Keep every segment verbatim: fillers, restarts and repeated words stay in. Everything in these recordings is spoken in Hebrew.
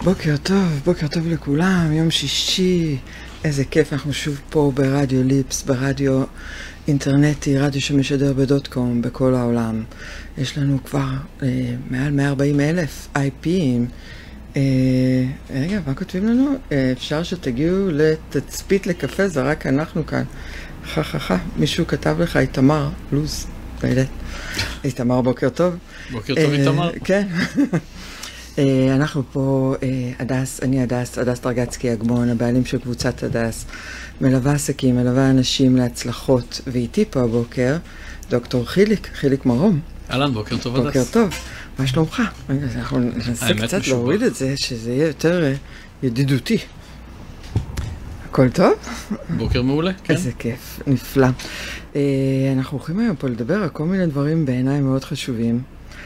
בוקר טוב, בוקר טוב לכולם, יום שישי, איזה כיף, אנחנו שוב פה ברדיו ליפס, ברדיו אינטרנטי, רדיו שמשדר בדוט קום בכל העולם. יש לנו כבר אה, מעל מאה וארבעים אלף איי פי'ים. אה, רגע, מה כותבים לנו? אה, אפשר שתגיעו לתצפית לקפה, זה רק אנחנו כאן. חה חה חה, מישהו כתב לך, איתמר, לוז, באמת. איתמר, בוקר טוב. בוקר טוב, איתמר. כן. אנחנו פה, הדס, אני הדס, הדס טרגצקי אגמון, הבעלים של קבוצת הדס, מלווה עסקים, מלווה אנשים להצלחות, ואיתי פה הבוקר, דוקטור חיליק, חיליק מרום. אהלן, בוקר טוב, הדס. בוקר טוב, מה שלומך? אנחנו ננסה קצת להוריד את זה, שזה יהיה יותר ידידותי. הכל טוב? בוקר מעולה, כן. איזה כיף, נפלא. אנחנו הולכים היום פה לדבר על כל מיני דברים בעיניי מאוד חשובים.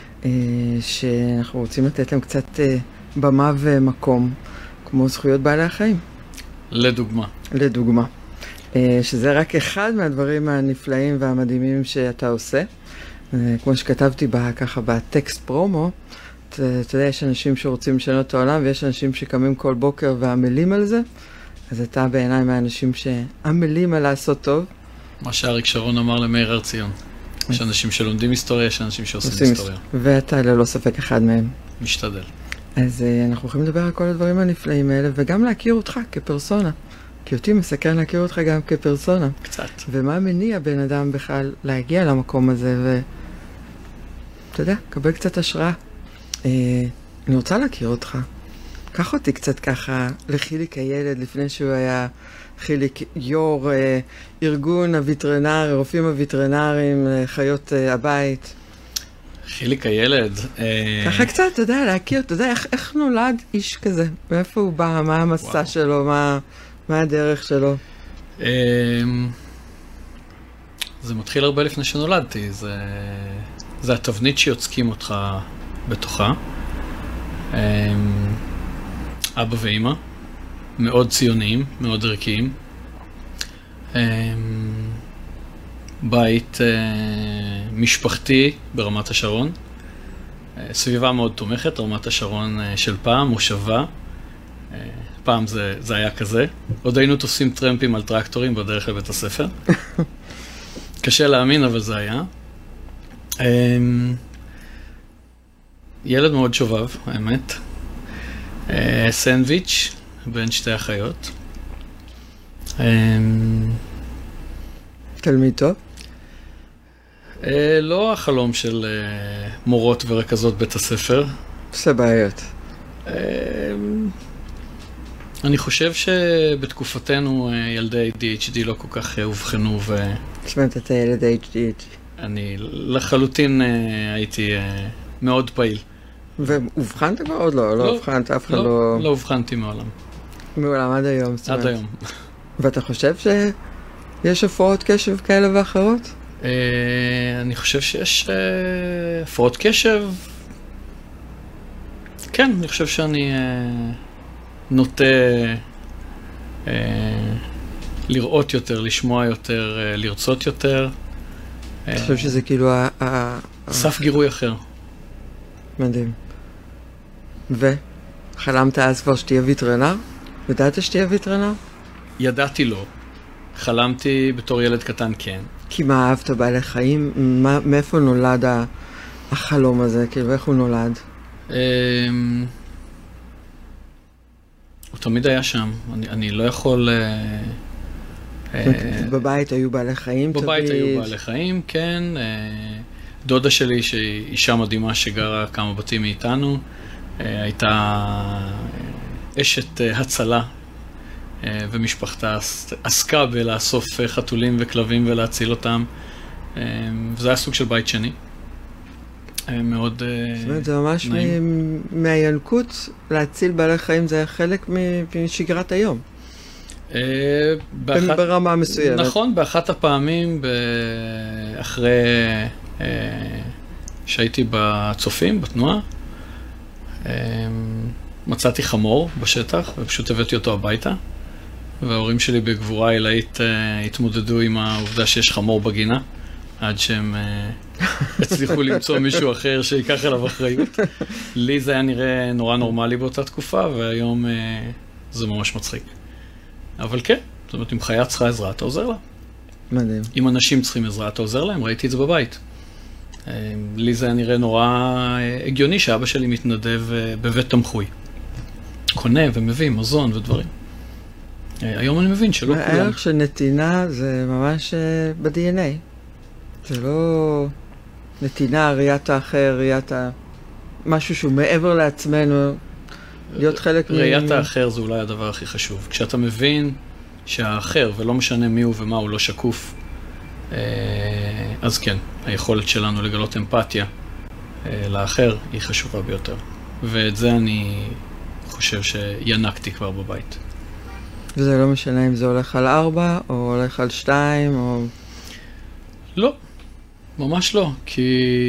שאנחנו רוצים לתת להם קצת במה ומקום, כמו זכויות בעלי החיים. לדוגמה. לדוגמה. שזה רק אחד מהדברים הנפלאים והמדהימים שאתה עושה. כמו שכתבתי בה, ככה בטקסט פרומו, אתה יודע, יש אנשים שרוצים לשנות את העולם, ויש אנשים שקמים כל בוקר ועמלים על זה, אז אתה בעיניי מהאנשים שעמלים על לעשות טוב. מה שאריק שרון אמר למאיר הר ציון. יש אנשים שלומדים היסטוריה, יש אנשים שעושים היסטוריה. ואתה ללא ספק אחד מהם. משתדל. אז אנחנו יכולים לדבר על כל הדברים הנפלאים האלה, וגם להכיר אותך כפרסונה. כי אותי מסקרן להכיר אותך גם כפרסונה. קצת. ומה מניע בן אדם בכלל להגיע למקום הזה, ו... אתה יודע, קבל קצת השראה. אה, אני רוצה להכיר אותך. קח אותי קצת ככה לחיליק הילד, לפני שהוא היה... חיליק, יור, אה, ארגון הווטרנר, הרופאים הווטרנרים, אה, חיות אה, הבית. חיליק הילד. אה... ככה קצת, אתה יודע, להכיר, אתה יודע, איך, איך נולד איש כזה? מאיפה הוא בא? מה המסע וואו. שלו? מה, מה הדרך שלו? אה... זה מתחיל הרבה לפני שנולדתי. זה, זה התבנית שיוצקים אותך בתוכה. אה... אבא ואמא. מאוד ציוניים, מאוד ערכיים. בית משפחתי ברמת השרון. סביבה מאוד תומכת, רמת השרון של פעם, מושבה. פעם זה, זה היה כזה. עוד היינו תופסים טרמפים על טרקטורים בדרך לבית הספר. קשה להאמין, אבל זה היה. ילד מאוד שובב, האמת. סנדוויץ'. בין שתי החיות. תלמיד טוב? לא החלום של מורות ורכזות בית הספר. עושה בעיות. אני חושב שבתקופתנו ילדי די אייץ' די לא כל כך הובחנו ו... שמעת את הילד די אייץ' די. אני לחלוטין הייתי מאוד פעיל. והובחנת כבר עוד לא? לא הובחנת, אף אחד לא... לא הובחנתי מעולם. מעולם, עד היום. עד היום. ואתה חושב שיש הפרעות קשב כאלה ואחרות? אני חושב שיש הפרעות קשב. כן, אני חושב שאני נוטה לראות יותר, לשמוע יותר, לרצות יותר. אני חושב שזה כאילו סף גירוי אחר. מדהים. וחלמת אז כבר שתהיה ויטרנר? ידעת שתהיה ויטרנר? ידעתי לא. חלמתי בתור ילד קטן כן. כי מה אהבת בעלי חיים? מה, מאיפה נולד החלום הזה? כאילו, איך הוא נולד? הוא תמיד היה שם. אני, אני לא יכול... בבית היו בעלי חיים? בבית היו בעלי חיים, כן. דודה שלי, שהיא אישה מדהימה שגרה כמה בתים מאיתנו, הייתה אשת הצלה, ומשפחתה עסקה בלאסוף חתולים וכלבים ולהציל אותם. וזה היה סוג של בית שני. מאוד... זאת אומרת, זה ממש מהינקות להציל בעלי חיים, זה היה חלק משגרת היום. ברמה מסוימת. נכון, באחת הפעמים, אחרי שהייתי בצופים, בתנועה, מצאתי חמור בשטח, ופשוט הבאתי אותו הביתה, וההורים שלי בגבורה עילאית התמודדו עם העובדה שיש חמור בגינה. עד שהם הצליחו למצוא מישהו אחר שיקח אליו אחריות. לי זה היה נראה נורא נורמלי באותה תקופה, והיום זה ממש מצחיק. אבל כן, זאת אומרת, אם חיה צריכה עזרה, אתה עוזר לה. מדהים. אם אנשים צריכים עזרה, אתה עוזר להם, ראיתי את זה בבית. לי זה היה נראה נורא הגיוני שאבא שלי מתנדב בבית תמחוי. קונה ומביא מזון ודברים. היום אני מבין שלא כולם. הערך של נתינה זה ממש ב-די אן איי. זה לא נתינה, ראיית האחר, ראיית ה... משהו שהוא מעבר לעצמנו, להיות חלק מ... ראיית האחר זה אולי הדבר הכי חשוב. כשאתה מבין שהאחר, ולא משנה מי הוא ומה הוא לא שקוף, אז כן, היכולת שלנו לגלות אמפתיה לאחר היא חשובה ביותר. ואת זה אני חושב שינקתי כבר בבית. וזה לא משנה אם זה הולך על ארבע, או הולך על שתיים, או... לא, ממש לא, כי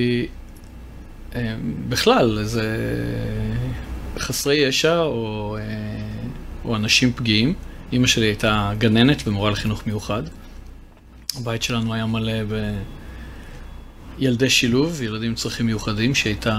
בכלל זה חסרי ישע או, או אנשים פגיעים. אמא שלי הייתה גננת ומורה לחינוך מיוחד. הבית שלנו היה מלא בילדי שילוב, ילדים עם צרכים מיוחדים, שהייתה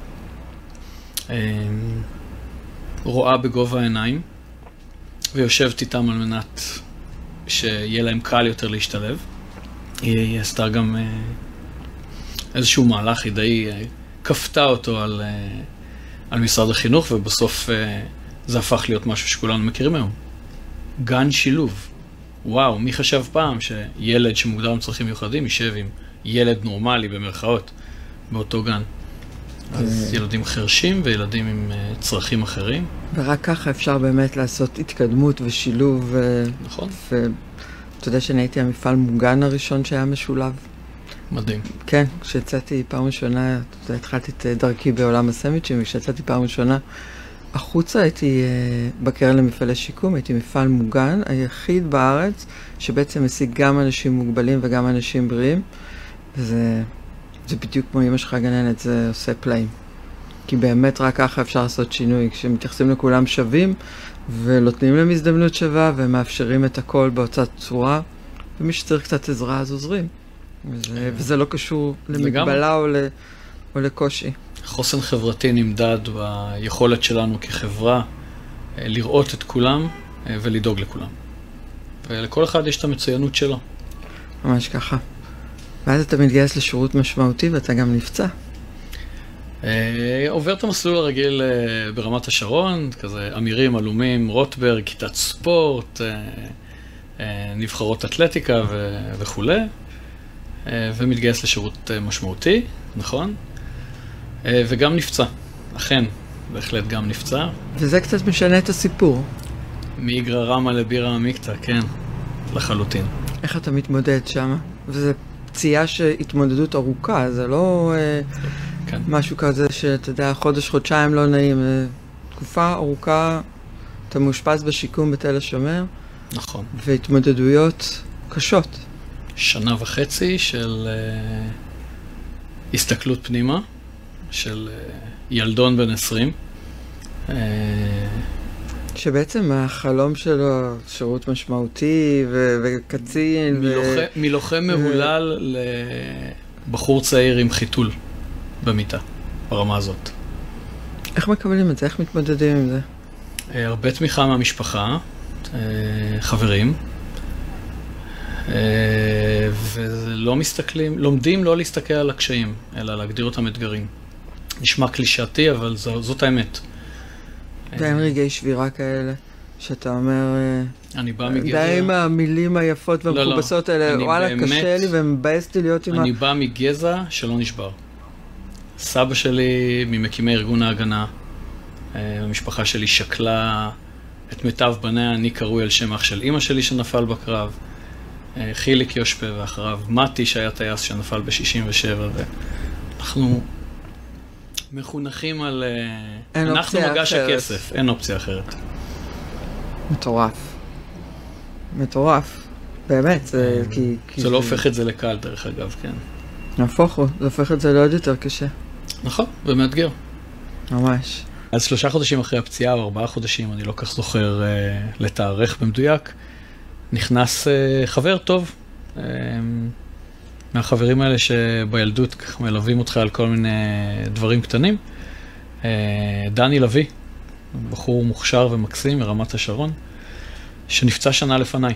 רואה בגובה העיניים, ויושבת איתם על מנת שיהיה להם קל יותר להשתלב. היא עשתה גם איזשהו מהלך, היא די כפתה אותו על, על משרד החינוך, ובסוף זה הפך להיות משהו שכולנו מכירים היום. גן שילוב. וואו, מי חשב פעם שילד שמוגדר עם צרכים מיוחדים יישב עם ילד נורמלי במרכאות באותו גן? אז ילדים חרשים וילדים עם צרכים אחרים. ורק ככה אפשר באמת לעשות התקדמות ושילוב. נכון. ואתה יודע שאני הייתי המפעל מוגן הראשון שהיה משולב. מדהים. כן, כשיצאתי פעם ראשונה, התחלתי את דרכי בעולם הסנדוויצ'ים, וכשיצאתי פעם ראשונה החוצה, הייתי בקרן למפעלי שיקום, הייתי מפעל מוגן, היחיד בארץ שבעצם משיג גם אנשים מוגבלים וגם אנשים בריאים, וזה זה בדיוק כמו אמא שלך גננת, זה עושה פלאים. כי באמת רק ככה אפשר לעשות שינוי, כשמתייחסים לכולם שווים, ונותנים להם הזדמנות שווה, ומאפשרים את הכל באותה צורה, ומי שצריך קצת עזרה אז עוזרים. וזה, וזה לא קשור למגבלה או, ל, או לקושי. חוסן חברתי נמדד ביכולת שלנו כחברה לראות את כולם ולדאוג לכולם. ולכל אחד יש את המצוינות שלו. ממש ככה. ואז אתה מתגייס לשירות משמעותי ואתה גם נפצע. עובר את המסלול הרגיל ברמת השרון, כזה אמירים, אלומים, רוטברג, כיתת ספורט, נבחרות אתלטיקה וכו'. ומתגייס לשירות משמעותי, נכון? וגם נפצע, אכן, בהחלט גם נפצע. וזה קצת משנה את הסיפור. מאיגרא רמא לבירא עמיקתא, כן, לחלוטין. איך אתה מתמודד שם? וזה פציעה שהתמודדות ארוכה, זה לא כן. משהו כזה שאתה יודע, חודש, חודשיים לא נעים, תקופה ארוכה, אתה מאושפז בשיקום בתל השומר. נכון. והתמודדויות קשות. שנה וחצי של uh, הסתכלות פנימה, של uh, ילדון בן עשרים. Uh, שבעצם החלום שלו, שירות משמעותי ו- וקצין. מלוחם, ו- מלוחם מהולל ו- לבחור צעיר עם חיתול במיטה, ברמה הזאת. איך מקבלים את זה? איך מתמודדים עם זה? Uh, הרבה תמיכה מהמשפחה, uh, חברים. ולא מסתכלים, לומדים לא להסתכל על הקשיים, אלא להגדיר אותם אתגרים. נשמע קלישאתי, אבל זאת האמת. די עם רגעי שבירה כאלה, שאתה אומר, אני בא מגזע... די עם המילים היפות והמכובסות האלה, וואלה, קשה לי ומבאס לי להיות עם ה... אני בא מגזע שלא נשבר. סבא שלי ממקימי ארגון ההגנה, המשפחה שלי שקלה את מיטב בניה, אני קרוי על שם אח של אמא שלי שנפל בקרב. חיליק יושפה ואחריו מתי שהיה טייס שנפל ב-שישים ושבע, ואנחנו מחונכים על... אנחנו מגש הכסף, אין אופציה אחרת. מטורף. מטורף. באמת, זה כי... זה לא הופך את זה לקל דרך אגב, כן. נהפוך הוא, זה הופך את זה לעוד יותר קשה. נכון, ומאתגר. ממש. אז שלושה חודשים אחרי הפציעה, או ארבעה חודשים, אני לא כך זוכר לתארך במדויק, נכנס uh, חבר טוב, uh, מהחברים האלה שבילדות ככה מלווים אותך על כל מיני דברים קטנים. דני לוי, בחור מוכשר ומקסים מרמת השרון, שנפצע שנה לפניי.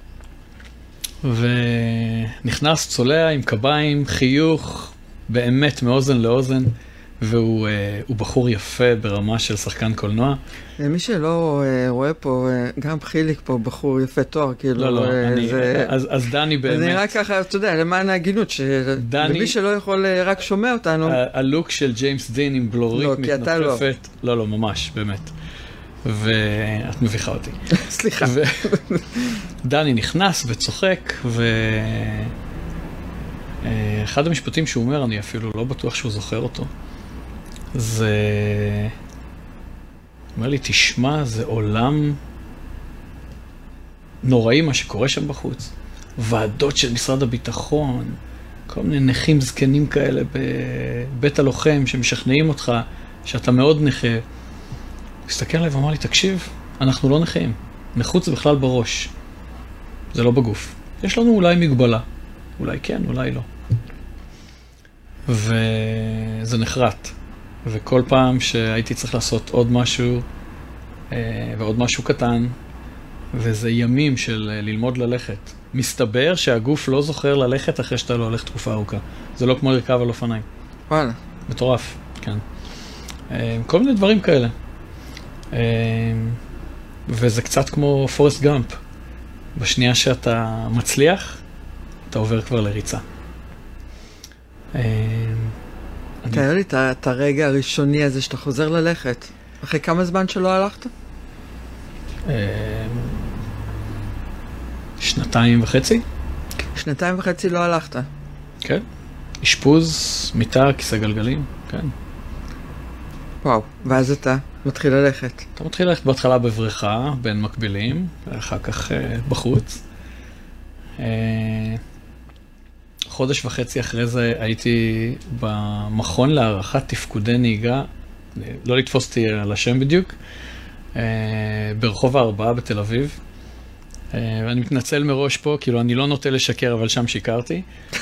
ונכנס צולע עם קביים, חיוך, באמת מאוזן לאוזן, והוא הוא בחור יפה ברמה של שחקן קולנוע. למי שלא רואה פה, גם חיליק פה בחור יפה תואר, כאילו... לא, לא, אני, זה... אז, אז דני באמת... זה נראה ככה, אתה יודע, למען ההגינות, שמי שלא יכול רק שומע אותנו... הלוק של ג'יימס דין עם בלורית לא, מתנופפת. לא. לא, לא, ממש, באמת. ואת מביכה אותי. סליחה. דני נכנס וצוחק, ואחד המשפטים שהוא אומר, אני אפילו לא בטוח שהוא זוכר אותו, זה... אומר לי, תשמע, זה עולם נוראי מה שקורה שם בחוץ. ועדות של משרד הביטחון, כל מיני נכים זקנים כאלה בבית הלוחם שמשכנעים אותך שאתה מאוד נכה. הוא הסתכל עליי ואמר לי, תקשיב, אנחנו לא נכים. נכות זה בכלל בראש. זה לא בגוף. יש לנו אולי מגבלה. אולי כן, אולי לא. וזה נחרט. וכל פעם שהייתי צריך לעשות עוד משהו, ועוד משהו קטן, וזה ימים של ללמוד ללכת. מסתבר שהגוף לא זוכר ללכת אחרי שאתה לא הולך תקופה ארוכה. זה לא כמו לרכב על אופניים. וואלה. מטורף, כן. כל מיני דברים כאלה. וזה קצת כמו פורסט גאמפ. בשנייה שאתה מצליח, אתה עובר כבר לריצה. תאר לי את הרגע הראשוני הזה שאתה חוזר ללכת. אחרי כמה זמן שלא הלכת? שנתיים וחצי. שנתיים וחצי לא הלכת? כן. אשפוז, מיטה, כיסא גלגלים, כן. וואו, ואז אתה מתחיל ללכת. אתה מתחיל ללכת בהתחלה בבריכה, בין מקבילים, ואחר כך בחוץ. חודש וחצי אחרי זה הייתי במכון להערכת תפקודי נהיגה, לא לתפוס אותי על השם בדיוק, ברחוב הארבעה בתל אביב. ואני מתנצל מראש פה, כאילו אני לא נוטה לשקר, אבל שם שיקרתי.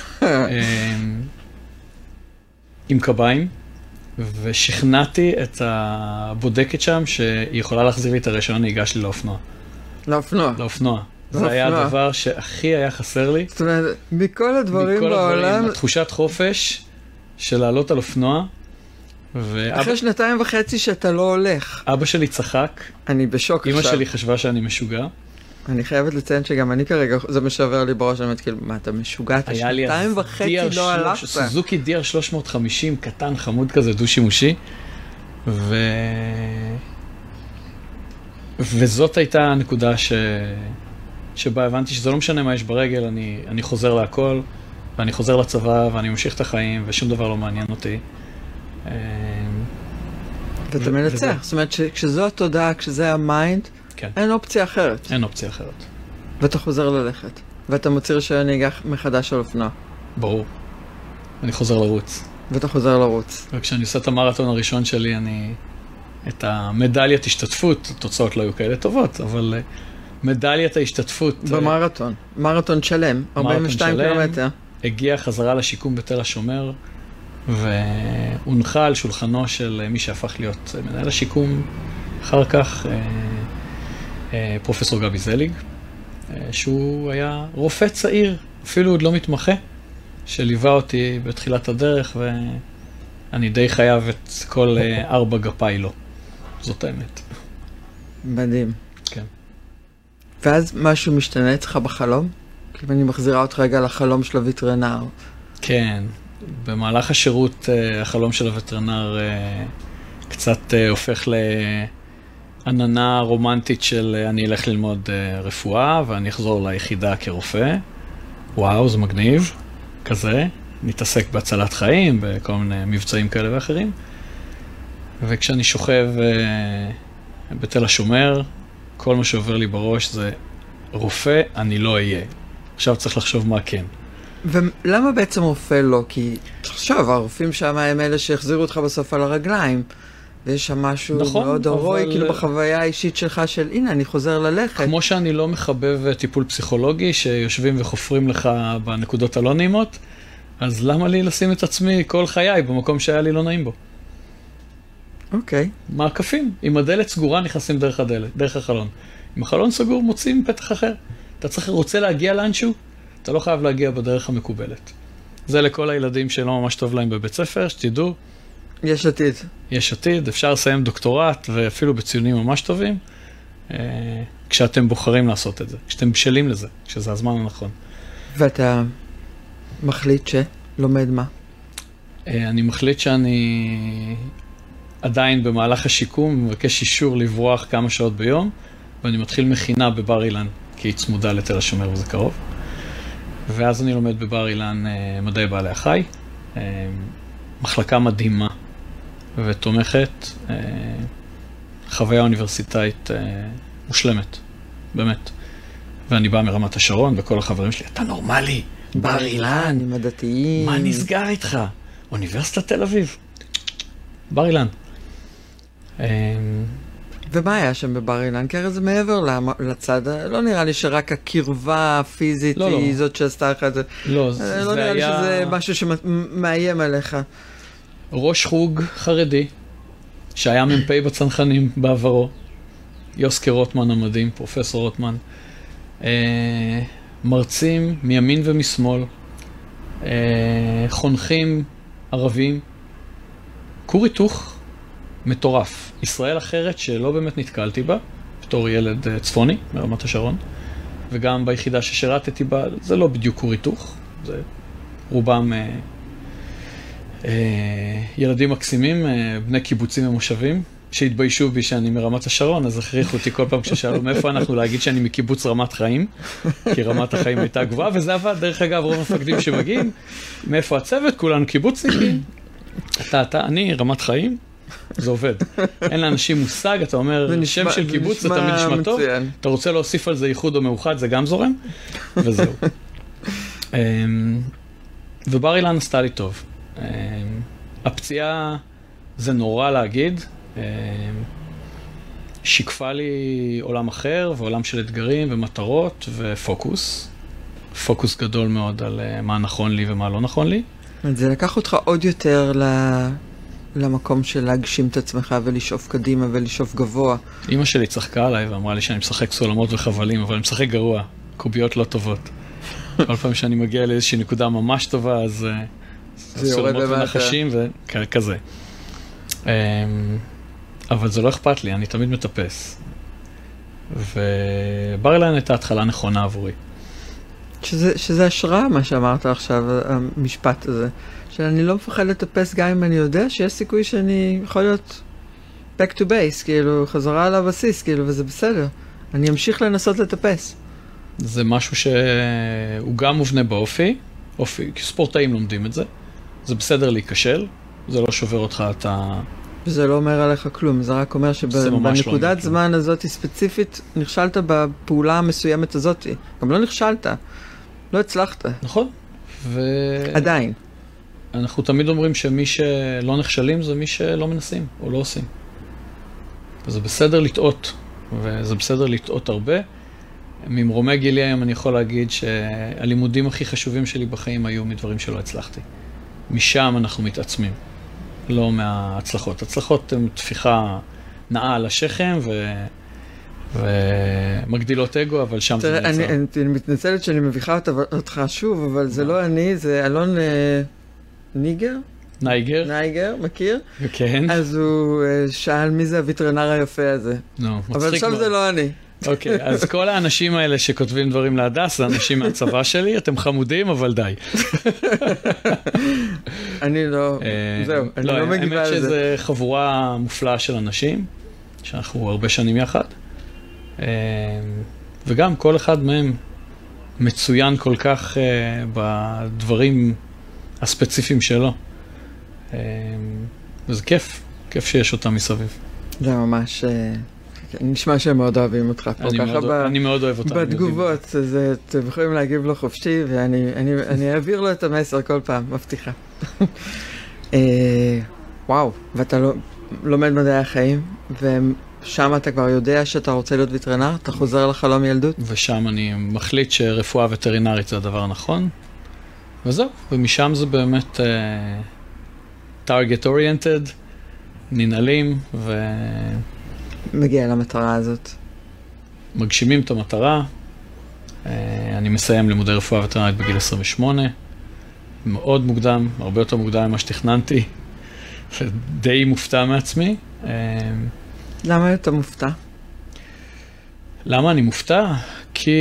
עם קביים, ושכנעתי את הבודקת שם שהיא יכולה להחזיר לי את הרישיון נהיגה שלי לאופנוע. לאופנוע? לאופנוע. זה היה הדבר שהכי היה חסר לי. זאת אומרת, מכל הדברים בעולם... תחושת חופש של לעלות על אופנוע. אחרי שנתיים וחצי שאתה לא הולך. אבא שלי צחק. אני בשוק עכשיו. אמא שלי חשבה שאני משוגע. אני חייבת לציין שגם אני כרגע, זה משבר לי בראש, אני אומרת, כאילו, מה, אתה משוגע? אתה שנתיים וחצי לא הלכת. סוזוקי די אר שלוש מאות וחמישים, קטן, חמוד כזה, דו-שימושי. ו... וזאת הייתה הנקודה ש... שבה הבנתי שזה לא משנה מה יש ברגל, אני, אני חוזר להכל, ואני חוזר לצבא, ואני ממשיך את החיים, ושום דבר לא מעניין אותי. ואתה מנצח, זאת אומרת שכשזו התודעה, כשזה המיינד, אין אופציה אחרת. אין אופציה אחרת. ואתה חוזר ללכת, ואתה מוציא רישיון נהיגה מחדש על אופנוע. ברור. אני חוזר לרוץ. ואתה חוזר לרוץ. וכשאני עושה את המרתון הראשון שלי, אני... את המדליית השתתפות, התוצאות לא היו כאלה טובות, אבל מדליית ההשתתפות... במרתון. מרתון שלם, ארבעים ושתיים קילומטר. הגיע חזרה לשיקום בתל השומר, והונחה על שולחנו של מי שהפך להיות מנהל השיקום, אחר כך פרופסור גבי זליג, שהוא היה רופא צעיר, אפילו עוד לא מתמחה, שליווה אותי בתחילת הדרך, ואני די חייב את כל ארבע גפיי לו. זאת האמת. מדהים. כן. ואז משהו משתנה אצלך בחלום? כי אני מחזירה אותך רגע לחלום של הווטרנר. כן. במהלך השירות, החלום של הווטרנר קצת הופך לעננה רומנטית של אני אלך ללמוד רפואה, ואני אחזור ליחידה כרופא. וואו, זה מגניב. כזה. נתעסק בהצלת חיים, בכל מיני מבצעים כאלה ואחרים. וכשאני שוכב uh, בתל השומר, כל מה שעובר לי בראש זה רופא, אני לא אהיה. עכשיו צריך לחשוב מה כן. ולמה בעצם רופא לא? כי עכשיו הרופאים שם הם אלה שהחזירו אותך בסוף על הרגליים, ויש שם משהו נכון, מאוד הרואי, אבל... כאילו בחוויה האישית שלך של הנה, אני חוזר ללכת. כמו שאני לא מחבב טיפול פסיכולוגי, שיושבים וחופרים לך בנקודות הלא נעימות, אז למה לי לשים את עצמי כל חיי במקום שהיה לי לא נעים בו? אוקיי. מעקפים. אם הדלת סגורה, נכנסים דרך הדלת, דרך החלון. אם החלון סגור, מוצאים פתח אחר. אתה צריך, רוצה להגיע לאנשהו, אתה לא חייב להגיע בדרך המקובלת. זה לכל הילדים שלא ממש טוב להם בבית ספר, שתדעו. יש עתיד. יש עתיד, אפשר לסיים דוקטורט, ואפילו בציונים ממש טובים, כשאתם בוחרים לעשות את זה, כשאתם בשלים לזה, כשזה הזמן הנכון. ואתה מחליט שלומד מה? אני מחליט שאני עדיין במהלך השיקום, מבקש אישור לברוח כמה שעות ביום, ואני מתחיל מכינה בבר אילן, כי היא צמודה לתל השומר וזה קרוב. ואז אני לומד בבר אילן מדעי בעלי החי, מחלקה מדהימה ותומכת, חוויה אוניברסיטאית מושלמת, באמת. ואני בא מרמת השרון, וכל החברים שלי, אתה נורמלי, בר אילן, עם הדתיים. מה נסגר איתך? אוניברסיטת תל אביב. בר אילן. ומה היה שם בבר אילן? כי הרי זה מעבר לצד, לא נראה לי שרק הקרבה הפיזית לא, היא לא. זאת שעשתה לך את זה. לא, זה לא נראה היה... לי שזה משהו שמאיים עליך. ראש חוג חרדי, שהיה מ"פ בצנחנים בעברו, יוסקר רוטמן המדהים, פרופסור רוטמן, אה, מרצים מימין ומשמאל, אה, חונכים ערבים, כור היתוך מטורף. ישראל אחרת שלא באמת נתקלתי בה, בתור ילד אה, צפוני מרמת השרון, וגם ביחידה ששירתתי בה, זה לא בדיוק כור היתוך, זה רובם... אה, ילדים מקסימים, בני קיבוצים ומושבים, שהתביישו בי שאני מרמת השרון, אז הכריחו אותי כל פעם כששאלו מאיפה אנחנו להגיד שאני מקיבוץ רמת חיים, כי רמת החיים הייתה גבוהה, וזה עבד, דרך אגב, רוב המפקדים שמגיעים, מאיפה הצוות, כולנו קיבוצניקים, אתה, אתה, אני, רמת חיים, זה עובד. אין לאנשים מושג, אתה אומר, שם של קיבוץ, זה תמיד נשמע טוב, אתה רוצה להוסיף על זה ייחוד או מאוחד, זה גם זורם, וזהו. ובר אילן עשתה לי טוב. הפציעה, זה נורא להגיד, שיקפה לי עולם אחר ועולם של אתגרים ומטרות ופוקוס. פוקוס גדול מאוד על מה נכון לי ומה לא נכון לי. זה לקח אותך עוד יותר למקום של להגשים את עצמך ולשאוף קדימה ולשאוף גבוה. אמא שלי צחקה עליי ואמרה לי שאני משחק סולמות וחבלים, אבל אני משחק גרוע, קוביות לא טובות. כל פעם שאני מגיע לאיזושהי נקודה ממש טובה, אז... זה יורד למטה. ונחשים וכזה. אבל זה לא אכפת לי, אני תמיד מטפס. ובר אילן הייתה התחלה נכונה עבורי. שזה, שזה השראה מה שאמרת עכשיו, המשפט הזה. שאני לא מפחד לטפס גם אם אני יודע שיש סיכוי שאני יכול להיות back to base, כאילו חזרה על הבסיס, כאילו, וזה בסדר. אני אמשיך לנסות לטפס. זה משהו שהוא גם מובנה באופי, אופי, כי ספורטאים לומדים את זה. זה בסדר להיכשל, זה לא שובר אותך את ה... זה לא אומר עליך כלום, זה רק אומר שבנקודת זמן הזאת ספציפית נכשלת בפעולה המסוימת הזאת. גם לא נכשלת, לא הצלחת. נכון. ו... עדיין. אנחנו תמיד אומרים שמי שלא נכשלים זה מי שלא מנסים או לא עושים. וזה בסדר לטעות, וזה בסדר לטעות הרבה. ממרומי גילי היום אני יכול להגיד שהלימודים הכי חשובים שלי בחיים היו מדברים שלא הצלחתי. משם אנחנו מתעצמים, לא מההצלחות. הצלחות הן תפיחה נעה על השכם ו... ומגדילות אגו, אבל שם זה נעצר. אני, אני, אני מתנצלת שאני מביכה אותך שוב, אבל זה לא אני, זה אלון ניגר? נייגר. נייגר, מכיר? כן. אז הוא שאל מי זה הווטרנר היפה הזה. לא, מצחיק מאוד. אבל עכשיו זה לא אני. אוקיי, אז כל האנשים האלה שכותבים דברים להדס, זה אנשים מהצבא שלי, אתם חמודים, אבל די. אני לא, זהו, אני לא מגיבה על זה. האמת שזו חבורה מופלאה של אנשים, שאנחנו הרבה שנים יחד, וגם כל אחד מהם מצוין כל כך בדברים הספציפיים שלו. וזה כיף, כיף שיש אותם מסביב. זה ממש... נשמע שהם מאוד אוהבים אותך פה, ככה אני מאוד אוהב אותם. בתגובות, אז אתם יכולים להגיב לו חופשי, ואני אעביר לו את המסר כל פעם, מבטיחה. וואו, ואתה לומד מדעי החיים, ושם אתה כבר יודע שאתה רוצה להיות וטרינר, אתה חוזר לחלום ילדות? ושם אני מחליט שרפואה וטרינרית זה הדבר הנכון, וזהו, ומשם זה באמת uh, target oriented, ננעלים ו... מגיע למטרה הזאת. מגשימים את המטרה. Uh, אני מסיים לימודי רפואה וטרינרית בגיל עשרים ושמונה, מאוד מוקדם, הרבה יותר מוקדם ממה שתכננתי, די מופתע מעצמי. Uh, למה אתה מופתע? למה אני מופתע? כי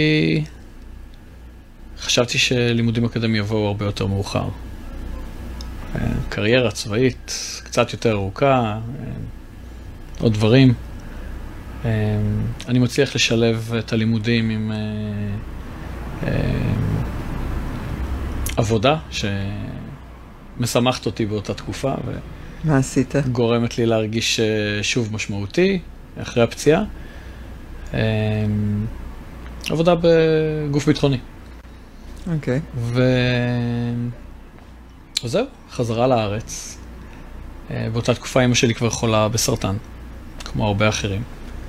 חשבתי שלימודים אקדמיים יבואו הרבה יותר מאוחר. קריירה צבאית, קצת יותר ארוכה, עוד דברים. אני מצליח לשלב את הלימודים עם עבודה שמשמחת אותי באותה תקופה. מה עשית? גורמת לי להרגיש שוב משמעותי אחרי הפציעה. עבודה בגוף ביטחוני. אוקיי. ו... וזהו, חזרה לארץ. באותה תקופה אמא שלי כבר חולה בסרטן, כמו הרבה אחרים.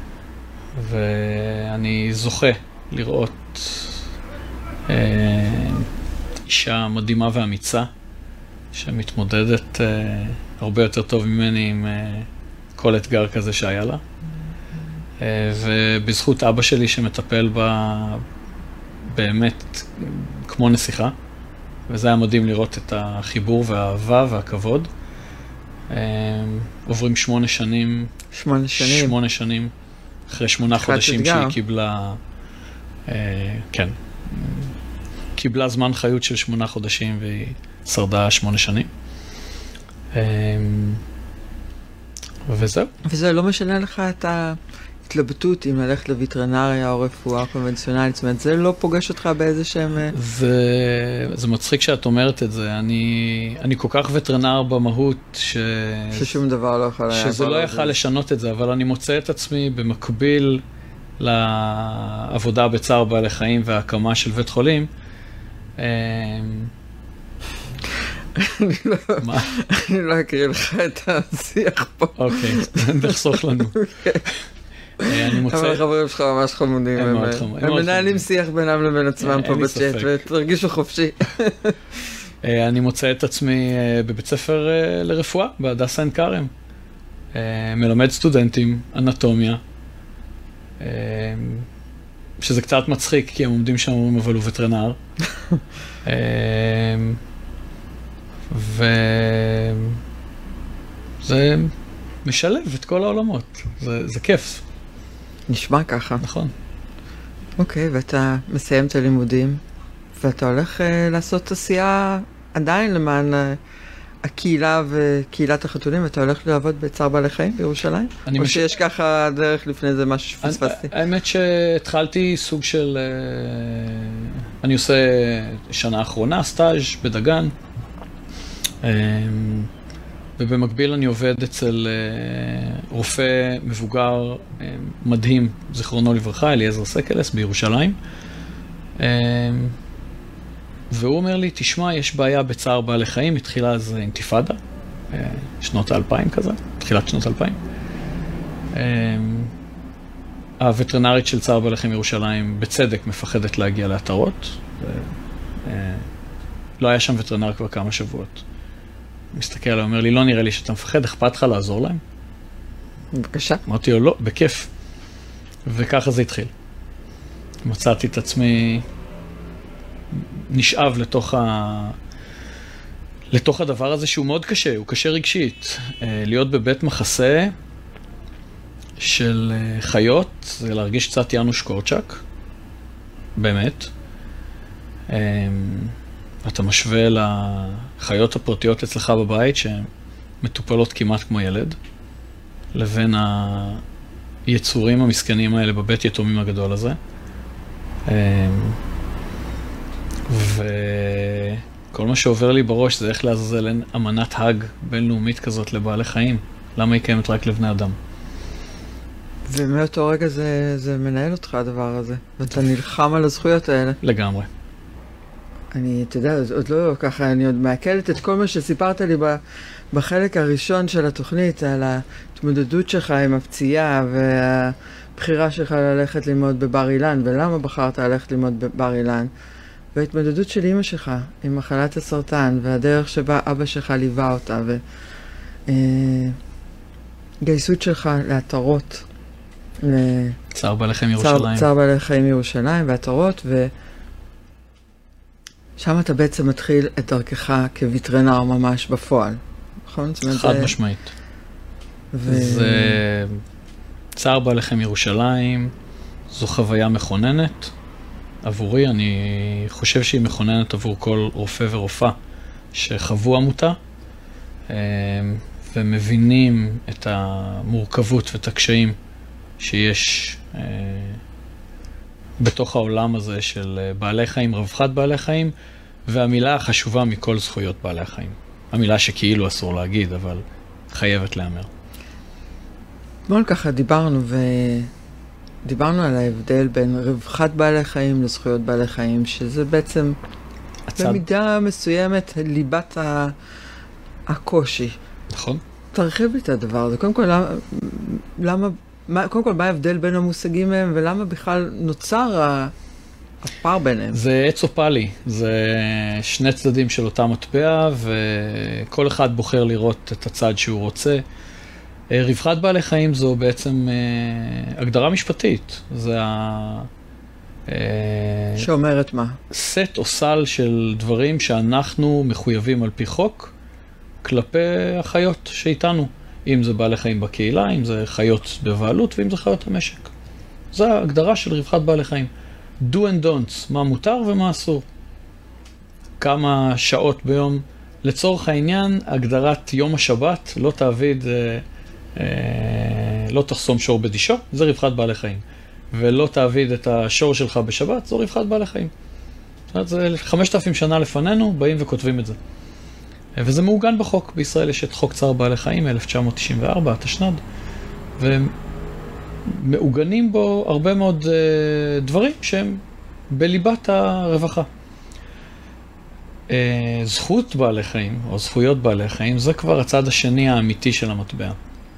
ואני זוכה לראות אה, אישה מדהימה ואמיצה, שמתמודדת אה, הרבה יותר טוב ממני עם אה, כל אתגר כזה שהיה לה. אה, ובזכות אבא שלי שמטפל בה באמת כמו נסיכה, וזה היה מדהים לראות את החיבור והאהבה והכבוד. עוברים שמונה שנים, שמונה שנים, שמונה שנים, אחרי שמונה חודשים שהיא קיבלה, כן, קיבלה זמן חיות של שמונה חודשים והיא שרדה שמונה שנים. וזהו. וזה לא משנה לך את ההתלבטות אם ללכת לווטרינריה או רפואה קונבנציונלית, זאת אומרת, זה לא פוגש אותך באיזה שהם... זה, זה מצחיק שאת אומרת את זה. אני, אני כל כך וטרינר במהות ש... ששום דבר לא יכול... שזה לא יכל לשנות את זה, אבל אני מוצא את עצמי במקביל לעבודה בצער בעלי חיים וההקמה של בית חולים. אני לא אקריא לך את השיח פה. אוקיי, נחסוך לנו. אני מוצא... אבל החברים שלך ממש חמודים. הם מנהלים שיח בינם לבין עצמם פה בצ'אט, ותרגישו חופשי. אני מוצא את עצמי בבית ספר לרפואה, בהדסה עין כרם. מלמד סטודנטים, אנטומיה, שזה קצת מצחיק, כי הם עומדים שם ואומרים, אבל הוא וטרינר. וזה משלב את כל העולמות, זה, זה כיף. נשמע ככה. נכון. אוקיי, ואתה מסיים את הלימודים, ואתה הולך uh, לעשות עשייה עדיין למען uh, הקהילה וקהילת החתולים, ואתה הולך לעבוד בצער בעלי חיים בירושלים? או מש... שיש ככה דרך לפני זה משהו שפספסתי? האמת שהתחלתי סוג של... Uh, אני עושה שנה האחרונה, סטאז' בדגן, um, ובמקביל אני עובד אצל uh, רופא מבוגר uh, מדהים, זיכרונו לברכה, אליעזר סקלס בירושלים. Uh, והוא אומר לי, תשמע, יש בעיה בצער בעלי חיים, התחילה אז אינתיפאדה, uh, שנות האלפיים כזה, תחילת שנות האלפיים. Uh, הווטרינרית של צער בעלי חיים בירושלים בצדק מפחדת להגיע לאתרות. ו, uh, לא היה שם וטרינר כבר כמה שבועות. מסתכל עליו, אומר לי, לא נראה לי שאתה מפחד, אכפת לך לעזור להם? בבקשה. אמרתי לו, לא, בכיף. וככה זה התחיל. מצאתי את עצמי נשאב לתוך, ה... לתוך הדבר הזה שהוא מאוד קשה, הוא קשה רגשית. להיות בבית מחסה של חיות, זה להרגיש קצת יאנוש קורצ'אק, באמת. אתה משווה לחיות הפרטיות אצלך בבית, שהן מטופלות כמעט כמו ילד, לבין היצורים המסכנים האלה בבית יתומים הגדול הזה. וכל מה שעובר לי בראש זה איך לעזאזל אין אמנת האג בינלאומית כזאת לבעלי חיים. למה היא קיימת רק לבני אדם? ומאותו רגע זה, זה מנהל אותך הדבר הזה, ואתה נלחם על הזכויות האלה. לגמרי. אני, אתה יודע, עוד לא ככה, אני עוד מעכלת את כל מה שסיפרת לי בחלק הראשון של התוכנית, על ההתמודדות שלך עם הפציעה והבחירה שלך ללכת ללמוד בבר אילן, ולמה בחרת ללכת ללמוד בבר אילן. וההתמודדות של אמא שלך עם מחלת הסרטן, והדרך שבה אבא שלך ליווה אותה, וגייסות שלך להתרות, צער בעלי חיים ירושלים. צער בעלי חיים ירושלים והתרות, ושם אתה בעצם מתחיל את דרכך כווטרינר ממש בפועל, נכון? חד משמעית. זה צער בעלי חיים ירושלים, זו חוויה מכוננת עבורי, אני חושב שהיא מכוננת עבור כל רופא ורופאה שחוו עמותה, ומבינים את המורכבות ואת הקשיים שיש אה, בתוך העולם הזה של בעלי חיים, רווחת בעלי חיים, והמילה החשובה מכל זכויות בעלי החיים. המילה שכאילו אסור להגיד, אבל חייבת להיאמר. אתמול ככה דיברנו, ודיברנו על ההבדל בין רווחת בעלי חיים לזכויות בעלי חיים, שזה בעצם הצד... במידה מסוימת ליבת ה... הקושי. נכון. תרחיב לי את הדבר הזה. קודם כל, למה... למה מה, קודם כל, מה ההבדל בין המושגים מהם, ולמה בכלל נוצר הפער ביניהם? זה עץ אופלי, זה שני צדדים של אותה מטבע, וכל אחד בוחר לראות את הצד שהוא רוצה. רווחת בעלי חיים זו בעצם הגדרה משפטית. זה ה... שאומרת מה? סט או סל של דברים שאנחנו מחויבים על פי חוק, כלפי החיות שאיתנו. אם זה בעלי חיים בקהילה, אם זה חיות בבעלות, ואם זה חיות המשק. זו ההגדרה של רווחת בעלי חיים. do and don'ts, מה מותר ומה אסור. כמה שעות ביום. לצורך העניין, הגדרת יום השבת, לא תעביד, אה, אה, לא תחסום שור בדישו, זה רווחת בעלי חיים. ולא תעביד את השור שלך בשבת, זו רווחת בעלי חיים. זאת אומרת, זה חמשת אלפים שנה לפנינו, באים וכותבים את זה. וזה מעוגן בחוק. בישראל יש את חוק צער בעלי חיים, אלף תשע מאות תשעים וארבע, התשנ"ד, ומעוגנים בו הרבה מאוד uh, דברים שהם בליבת הרווחה. Uh, זכות בעלי חיים, או זכויות בעלי חיים, זה כבר הצד השני האמיתי של המטבע.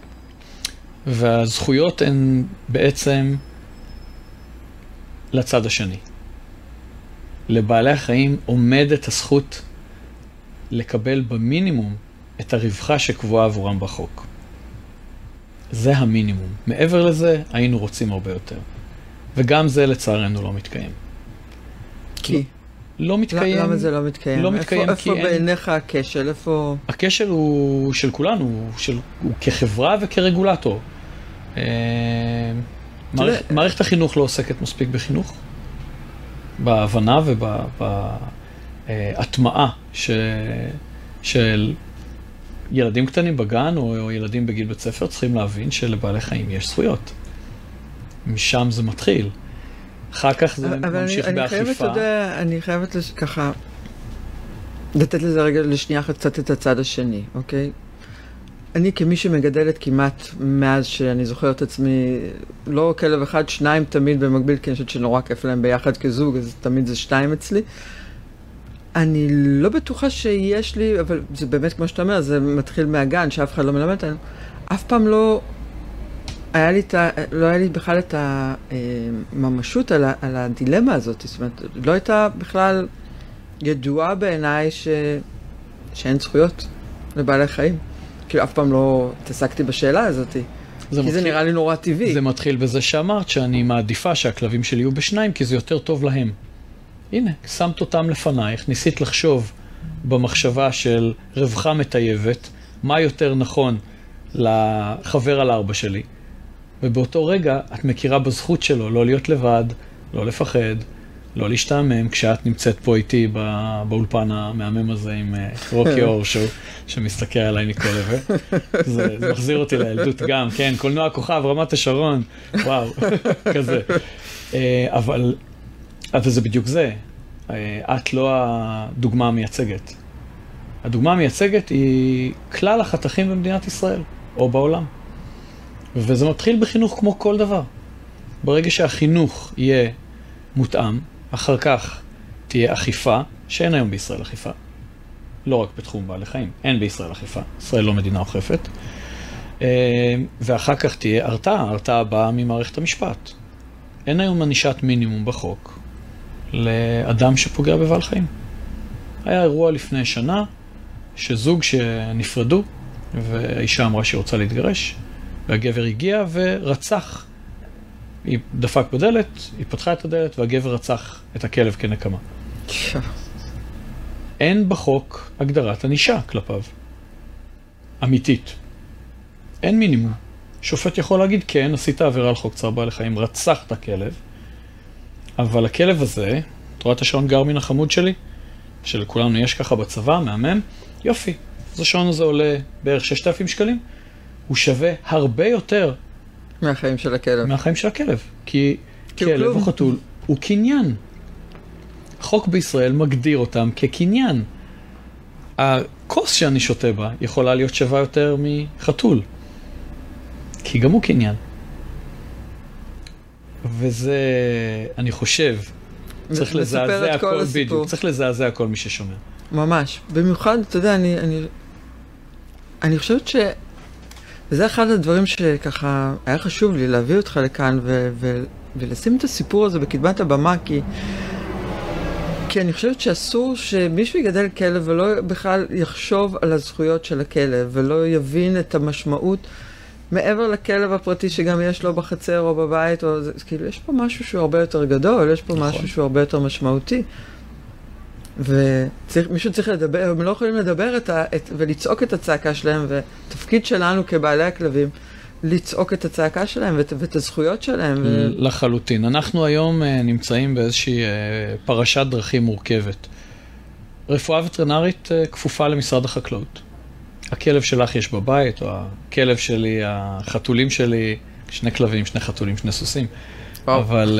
והזכויות הן בעצם לצד השני. לבעלי החיים עומדת הזכות לקבל במינימום את הרווחה שקבועה עבורם בחוק. זה המינימום. מעבר לזה, היינו רוצים הרבה יותר. וגם זה לצערנו לא מתקיים. כי? לא, לא מתקיים. למה זה לא מתקיים? לא מתקיים איפה, כי איפה אין... בעיניך הכשל? איפה... הכשל הוא של כולנו, הוא, של... הוא כחברה וכרגולטור. מערכ... מערכת החינוך לא עוסקת מספיק בחינוך, בהבנה ובהטמעה ש... של ילדים קטנים בגן או ילדים בגיל בית ספר צריכים להבין שלבעלי חיים יש זכויות. משם זה מתחיל. אחר כך זה ממשיך אני, באכיפה. אני חייבת, יודע, אני חייבת לש... ככה לתת לזה רגע לשנייה קצת את הצד השני, אוקיי? אני כמי שמגדלת כמעט מאז שאני זוכרת את עצמי, לא כלב אחד, שניים תמיד במקביל, כי אני חושבת שנורא כיף להם ביחד כזוג, אז תמיד זה שתיים אצלי. אני לא בטוחה שיש לי, אבל זה באמת כמו שאתה אומר, זה מתחיל מהגן, שאף אחד לא מלמד אותנו. אף פעם לא היה לי, את ה, לא היה לי בכלל את הממשות על, על הדילמה הזאת. זאת אומרת, לא הייתה בכלל ידועה בעיניי ש, שאין זכויות לבעלי חיים. כאילו אף פעם לא התעסקתי בשאלה הזאת, כי מתחיל, זה נראה לי נורא טבעי. זה מתחיל בזה שאמרת שאני מעדיפה שהכלבים שלי יהיו בשניים, כי זה יותר טוב להם. הנה, שמת אותם לפנייך, ניסית לחשוב במחשבה של רווחה מטייבת, מה יותר נכון לחבר על ארבע שלי. ובאותו רגע את מכירה בזכות שלו לא להיות לבד, לא לפחד, לא להשתעמם, כשאת נמצאת פה איתי באולפן המהמם הזה עם רוקי אור שמסתכל עליי מכל עבר. זה, זה מחזיר אותי לילדות גם, כן, קולנוע כוכב, רמת השרון, וואו, כזה. אבל, אבל זה בדיוק זה. את לא הדוגמה המייצגת. הדוגמה המייצגת היא כלל החתכים במדינת ישראל, או בעולם. וזה מתחיל בחינוך כמו כל דבר. ברגע שהחינוך יהיה מותאם, אחר כך תהיה אכיפה, שאין היום בישראל אכיפה. לא רק בתחום בעלי חיים, אין בישראל אכיפה. ישראל לא מדינה אוכפת. ואחר כך תהיה הרתעה, הרתעה באה ממערכת המשפט. אין היום ענישת מינימום בחוק. לאדם שפוגע בבעל חיים. היה אירוע לפני שנה, שזוג שנפרדו, והאישה אמרה שהיא רוצה להתגרש, והגבר הגיע ורצח. היא דפק בדלת, היא פתחה את הדלת, והגבר רצח את הכלב כנקמה. אין בחוק הגדרת ענישה כלפיו. אמיתית. אין מינימום. שופט יכול להגיד, כן, עשית עבירה על חוק צער בעלי חיים, רצח את הכלב, אבל הכלב הזה, את רואה את השעון גרמין החמוד שלי, שלכולנו יש ככה בצבא, מהמם, יופי. אז השעון הזה עולה בערך ששת אלפים שקלים, הוא שווה הרבה יותר מהחיים של הכלב. מהחיים של הכלב. כי כלב או חתול הוא קניין. החוק בישראל מגדיר אותם כקניין. הכוס שאני שותה בה יכולה להיות שווה יותר מחתול. כי גם הוא קניין. וזה, אני חושב, צריך לזעזע הכל בדיוק. צריך לזעזע הכל מי ששומע. ממש. במיוחד, אתה יודע, אני, אני, אני חושבת ש... וזה אחד הדברים שככה היה חשוב לי להביא אותך לכאן ו- ו- ולשים את הסיפור הזה בקדמת הבמה, כי, כי אני חושבת שאסור שמישהו יגדל כלב ולא בכלל יחשוב על הזכויות של הכלב, ולא יבין את המשמעות מעבר לכלב הפרטי שגם יש לו בחצר או בבית, או זה, כאילו יש פה משהו שהוא הרבה יותר גדול, יש פה נכון. משהו שהוא הרבה יותר משמעותי. ומישהו צריך לדבר, הם לא יכולים לדבר את ה, את, ולצעוק את הצעקה שלהם, ותפקיד שלנו כבעלי הכלבים, לצעוק את הצעקה שלהם ואת, ואת הזכויות שלהם. ו... לחלוטין. אנחנו היום נמצאים באיזושהי פרשת דרכים מורכבת. רפואה וטרינרית כפופה למשרד החקלאות. הכלב שלך יש בבית, או הכלב שלי, החתולים שלי, שני כלבים, שני חתולים, שני סוסים. אבל...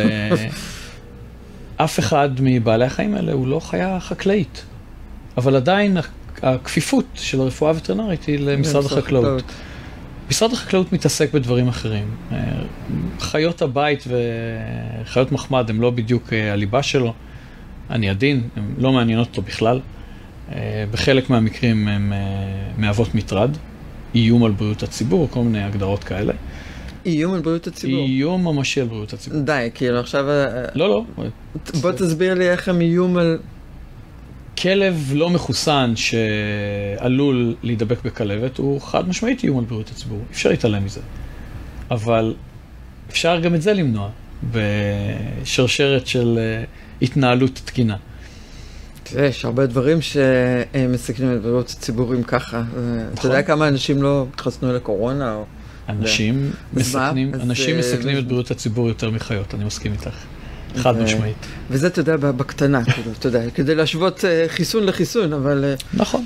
אף אחד מבעלי החיים האלה הוא לא חיה חקלאית. אבל עדיין הכפיפות של הרפואה הווטרינרית היא למשרד החקלאות. משרד החקלאות מתעסק בדברים אחרים. חיות הבית וחיות מחמד הם לא בדיוק הליבה שלו. אני עדין, הן לא מעניינות אותו בכלל. בחלק מהמקרים הן מהוות מטרד, איום על בריאות הציבור, כל מיני הגדרות כאלה. איום על בריאות הציבור. איום ממשי על בריאות הציבור. די, כאילו עכשיו... לא, לא. בוא תסביר לי איך הם איום על... כלב לא מחוסן שעלול להידבק בכלבת, הוא חד משמעית איום על בריאות הציבור. אפשר להתעלם מזה. אבל אפשר גם את זה למנוע, בשרשרת של התנהלות תקינה. תראה, יש הרבה דברים שמסכנים את בריאות הציבורים ככה. אתה יודע כמה אנשים לא התחסנו לקורונה או... אנשים מסכנים, אנשים מסכנים את בריאות הציבור יותר מחיות, אני מסכים איתך. חד משמעית. וזה, אתה יודע, בקטנה, אתה יודע, כדי להשוות חיסון לחיסון, אבל... נכון.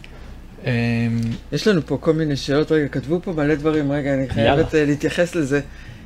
יש לנו פה כל מיני שאלות, רגע, כתבו פה מלא דברים, רגע, אני חייבת להתייחס לזה.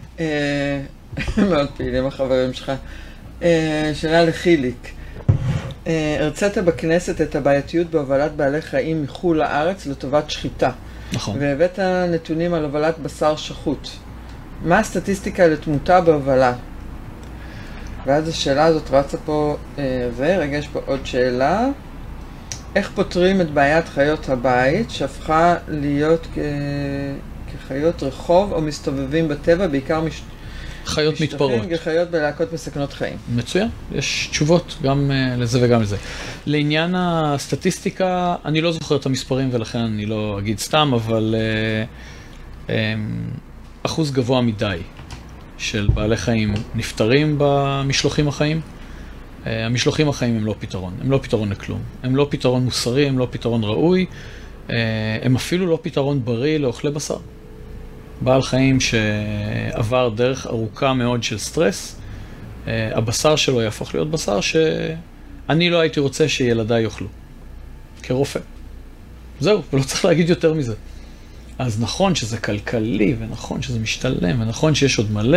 מאוד פעילים החברים שלך. שאלה לחיליק. הרצית בכנסת את הבעייתיות בהובלת בעלי חיים מחו"ל לארץ לטובת שחיטה. נכון. והבאת נתונים על הובלת בשר שחוט. מה הסטטיסטיקה לתמותה בהובלה? ואז השאלה הזאת רצה פה, ורגע יש פה עוד שאלה. איך פותרים את בעיית חיות הבית שהפכה להיות כ... כחיות רחוב או מסתובבים בטבע, בעיקר מש... חיות מתפרעות. חיות בלהקות מסכנות חיים. מצוין, יש תשובות גם uh, לזה וגם לזה. לעניין הסטטיסטיקה, אני לא זוכר את המספרים ולכן אני לא אגיד סתם, אבל uh, um, אחוז גבוה מדי של בעלי חיים נפטרים במשלוחים החיים. Uh, המשלוחים החיים הם לא פתרון, הם לא פתרון לכלום. הם לא פתרון מוסרי, הם לא פתרון ראוי, uh, הם אפילו לא פתרון בריא לאוכלי בשר. בעל חיים שעבר דרך ארוכה מאוד של סטרס, הבשר שלו יהפוך להיות בשר שאני לא הייתי רוצה שילדיי יאכלו, כרופא. זהו, ולא צריך להגיד יותר מזה. אז נכון שזה כלכלי, ונכון שזה משתלם, ונכון שיש עוד מלא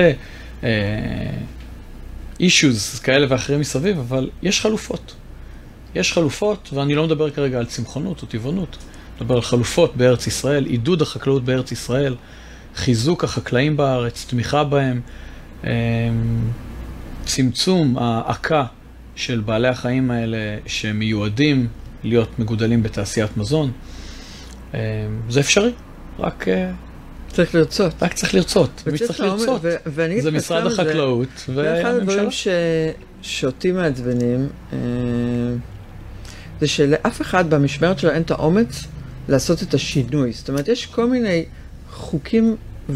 אישוז כאלה ואחרים מסביב, אבל יש חלופות. יש חלופות, ואני לא מדבר כרגע על צמחונות או טבעונות, מדבר על חלופות בארץ ישראל, עידוד החקלאות בארץ ישראל, חיזוק החקלאים בארץ, תמיכה בהם, צמצום העקה של בעלי החיים האלה שמיועדים להיות מגודלים בתעשיית מזון. זה אפשרי, רק צריך לרצות. רק צריך לרצות. מי צריך לרצות? זה משרד החקלאות והממשלה. ואחד הדברים שאותי מעצבנים, זה שלאף אחד במשמרת שלו אין את האומץ לעשות את השינוי. זאת אומרת, יש כל מיני חוקים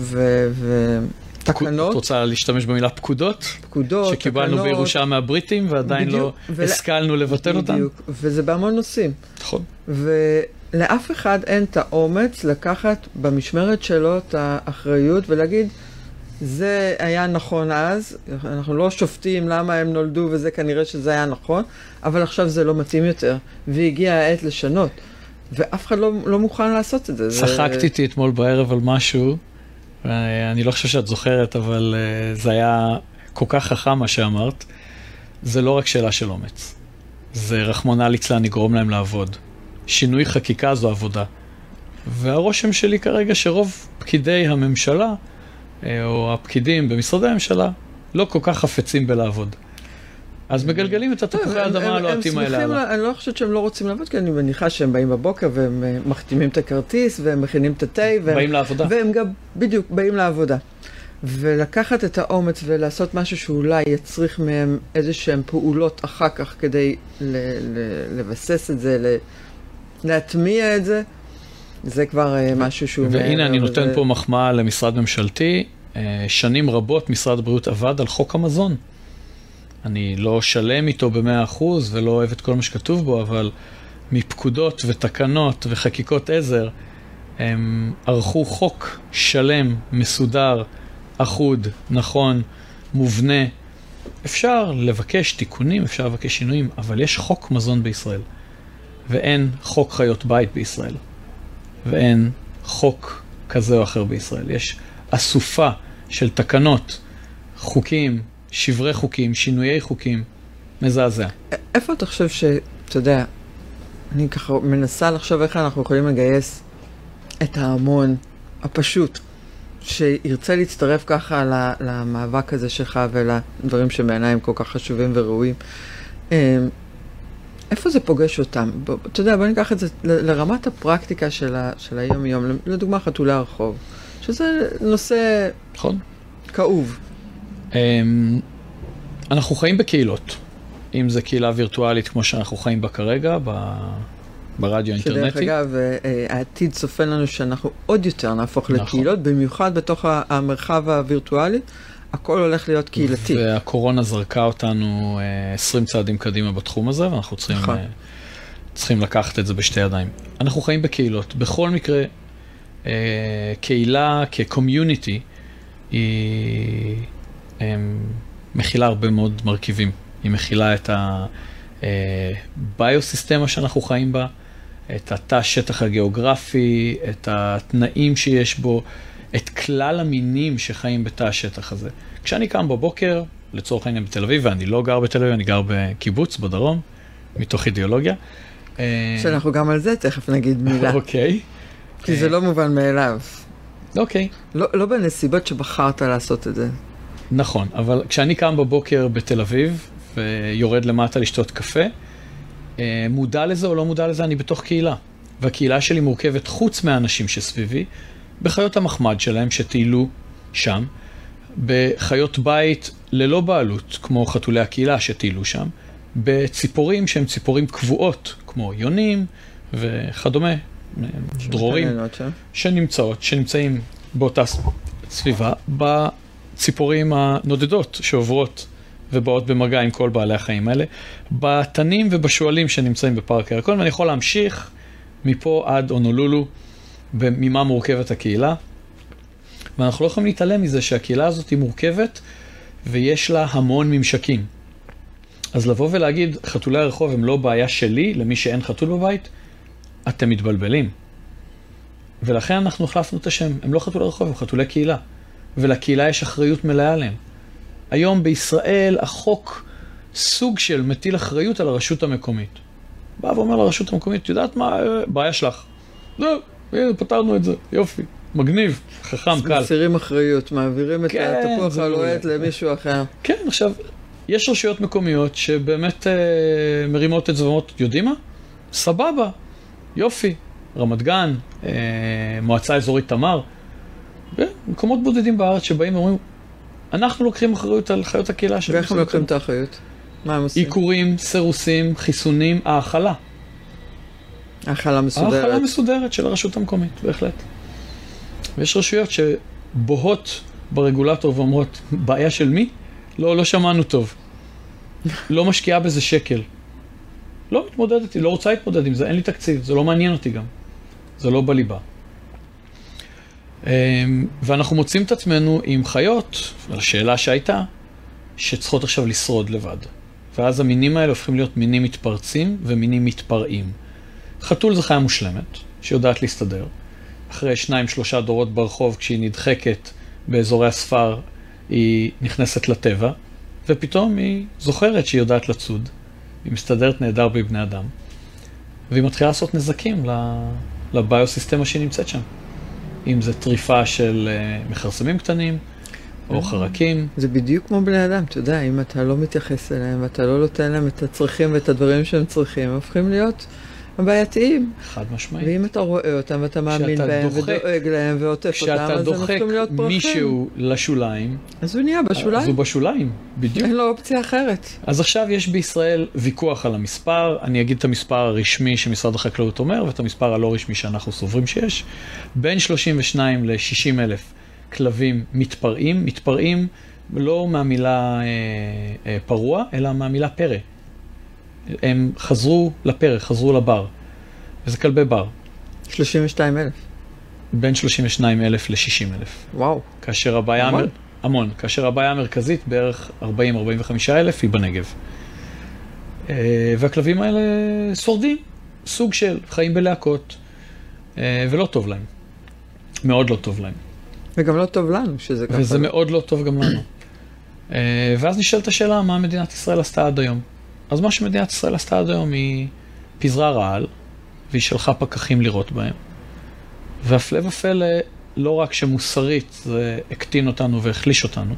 ותקנות. את רוצה להשתמש במילה פקודות? פקודות, שקיבלנו תקנות. בירושה מהבריטים ועדיין לא השכלנו לבטל אותן? בדיוק, וזה בהמון נושאים. נכון. ולאף אחד אין את האומץ לקחת במשמרת שלו את האחריות ולהגיד, זה היה נכון אז, אנחנו לא שופטים למה הם נולדו וזה כנראה שזה היה נכון, אבל עכשיו זה לא מתאים יותר, והגיעה העת לשנות, ואף אחד לא, לא מוכן לעשות את זה. צחקתי איתי אתמול בערב על משהו, ואני לא חושב שאת זוכרת, אבל זה היה כל כך חכם מה שאמרת, זה לא רק שאלה של אומץ, זה רחמנא ליצלן יגרום להם לעבוד. שינוי חקיקה זו עבודה. והרושם שלי כרגע שרוב פקידי הממשלה, או הפקידים במשרדי הממשלה, לא כל כך חפצים בלעבוד. אז מגלגלים את התפוחי האדמה הלוהטים האלה. אני לא חושבת שהם לא רוצים לעבוד, כי אני מניחה שהם באים בבוקר והם מחתימים את הכרטיס והם מכינים את התה. באים לעבודה. והם גם בדיוק באים לעבודה. ולקחת את האומץ ולעשות משהו שאולי יצריך מהם איזה שהם פעולות אחר כך כדי לבסס את זה, להטמיע את זה, זה כבר משהו שהוא... והנה אני נותן פה מחמאה למשרד ממשלתי. שנים רבות משרד הבריאות עבד על חוק המזון. אני לא שלם איתו במאה אחוז ולא אוהב את כל מה שכתוב בו, אבל מפקודות ותקנות וחקיקות עזר, הם ערכו חוק שלם, מסודר, אחוד, נכון, מובנה. אפשר לבקש תיקונים, אפשר לבקש שינויים, אבל יש חוק מזון בישראל. ואין חוק חיות בית בישראל. ואין חוק כזה או אחר בישראל. יש אסופה של תקנות, חוקים, שברי חוקים, שינויי חוקים, מזעזע. איפה אתה חושב ש... אתה יודע, אני ככה מנסה לחשוב איך אנחנו יכולים לגייס את ההמון הפשוט, שירצה להצטרף ככה למאבק הזה שלך ולדברים שבעיניים כל כך חשובים וראויים. איפה זה פוגש אותם? אתה יודע, בוא ניקח את זה לרמת הפרקטיקה של, ה, של היום-יום, לדוגמה חתולי הרחוב, שזה נושא נכון. כאוב. אנחנו חיים בקהילות, אם זה קהילה וירטואלית כמו שאנחנו חיים בה כרגע, ברדיו האינטרנטי. שדרך אגב, העתיד צופן לנו שאנחנו עוד יותר נהפוך נכון. לקהילות, במיוחד בתוך המרחב הווירטואלי, הכל הולך להיות קהילתי. והקורונה זרקה אותנו עשרים צעדים קדימה בתחום הזה, ואנחנו צריכים, נכון. צריכים לקחת את זה בשתי ידיים. אנחנו חיים בקהילות. בכל מקרה, קהילה כקומיוניטי, היא מכילה הרבה מאוד מרכיבים. היא מכילה את הביוסיסטמה שאנחנו חיים בה, את התא שטח הגיאוגרפי, את התנאים שיש בו, את כלל המינים שחיים בתא השטח הזה. כשאני קם בבוקר, לצורך העניין בתל אביב, ואני לא גר בתל אביב, אני גר בקיבוץ בדרום, מתוך אידיאולוגיה. שאנחנו גם על זה תכף נגיד מילה. אוקיי. כי זה לא מובן מאליו. אוקיי. לא, לא בנסיבות שבחרת לעשות את זה. נכון, אבל כשאני קם בבוקר בתל אביב, ויורד למטה לשתות קפה, מודע לזה או לא מודע לזה, אני בתוך קהילה. והקהילה שלי מורכבת חוץ מהאנשים שסביבי, בחיות המחמד שלהם שטיילו שם, בחיות בית ללא בעלות, כמו חתולי הקהילה שטיילו שם, בציפורים שהם ציפורים קבועות, כמו יונים וכדומה, דרורים, שנמצאות, שנמצאים באותה סביבה, בציפורים הנודדות שעוברות ובאות במגע עם כל בעלי החיים האלה, בתנים ובשואלים שנמצאים בפארק הירקון, ואני יכול להמשיך מפה עד אונולולו, ממה מורכבת הקהילה, ואנחנו לא יכולים להתעלם מזה שהקהילה הזאת היא מורכבת, ויש לה המון ממשקים. אז לבוא ולהגיד, חתולי הרחוב הם לא בעיה שלי, למי שאין חתול בבית, אתם מתבלבלים. ולכן אנחנו החלפנו את השם, הם לא חתולי הרחוב, הם חתולי קהילה. ולקהילה יש אחריות מלאה עליהם. היום בישראל החוק סוג של מטיל אחריות על הרשות המקומית. בא ואומר לרשות המקומית, יודעת מה, בעיה שלך. לא, הנה, פתרנו את זה, יופי, מגניב, חכם, קל. מסירים אחריות, מעבירים את התפוח הלוהט למישהו אחר. כן, עכשיו, יש רשויות מקומיות שבאמת אה, מרימות את זה ואומרות, יודעים מה? סבבה, יופי, רמת גן, אה, מועצה אזורית תמר, מקומות בודדים בארץ שבאים ואומרים, אנחנו לוקחים אחריות על חיות הקהילה. ואיך הם לוקחים את האחריות? מה הם עושים? עיקורים, סירוסים, חיסונים, האכלה. האכלה מסודרת. האכלה מסודרת של הרשות המקומית, בהחלט. ויש רשויות שבוהות ברגולטור ואומרות, בעיה של מי? לא, לא שמענו טוב. לא משקיעה בזה שקל. לא מתמודדת, לא רוצה להתמודד עם זה, אין לי תקציב, זה לא מעניין אותי גם. זה לא בליבה. ואנחנו מוצאים את עצמנו עם חיות, השאלה שהייתה, שצריכות עכשיו לשרוד לבד. ואז המינים האלה הופכים להיות מינים מתפרצים ומינים מתפרעים. חתול זה חיה מושלמת, שיודעת להסתדר. אחרי שניים, שלושה דורות ברחוב, כשהיא נדחקת באזורי הספר, היא נכנסת לטבע, ופתאום היא זוכרת שהיא יודעת לצוד. היא מסתדרת נהדר בבני אדם. והיא מתחילה לעשות נזקים לביוסיסטמה שהיא נמצאת שם. אם זה טריפה של מכרסמים קטנים, או חרקים. זה בדיוק כמו בני אדם, אתה יודע, אם אתה לא מתייחס אליהם, ואתה לא נותן להם את הצרכים ואת הדברים שהם צריכים, הם הופכים להיות הבעייתיים. חד משמעית. ואם אתה רואה אותם ואתה מאמין בהם ודואג להם ועוטף אותם, אז הם הופכים להיות פרחים. כשאתה דוחק מישהו לשוליים, אז הוא נהיה בשוליים. אז הוא בשוליים, בדיוק. אין לו אופציה אחרת. אז עכשיו יש בישראל ויכוח על המספר, אני אגיד את המספר הרשמי שמשרד החקלאות אומר, ואת המספר הלא רשמי שאנחנו סוברים שיש, בין שלושים ושניים ל-שישים אלף כלבים מתפרעים, מתפרעים לא מהמילה אה, אה, פרוע, אלא מהמילה פרא. הם חזרו לפרא, חזרו לבר. וזה כלבי בר. שלושים ושניים אלף. בין שלושים ושניים אלף ל-שישים אלף. וואו. כאשר הבעיה... המון. המון. כאשר הבעיה המרכזית בערך ארבעים עד ארבעים וחמישה אלף היא בנגב. והכלבים האלה שורדים. סוג של חיים בלהקות. ולא טוב להם. מאוד לא טוב להם. וגם לא טוב לנו שזה ככה. וזה מאוד לא טוב גם לנו. ואז נשאלת השאלה מה מדינת ישראל עשתה עד היום. אז מה שמדינת ישראל עשתה עד היום היא פיזרה רעל, והיא שלחה פקחים לראות בהם. והפלא ופלא, לא רק שמוסרית זה הקטין אותנו והחליש אותנו,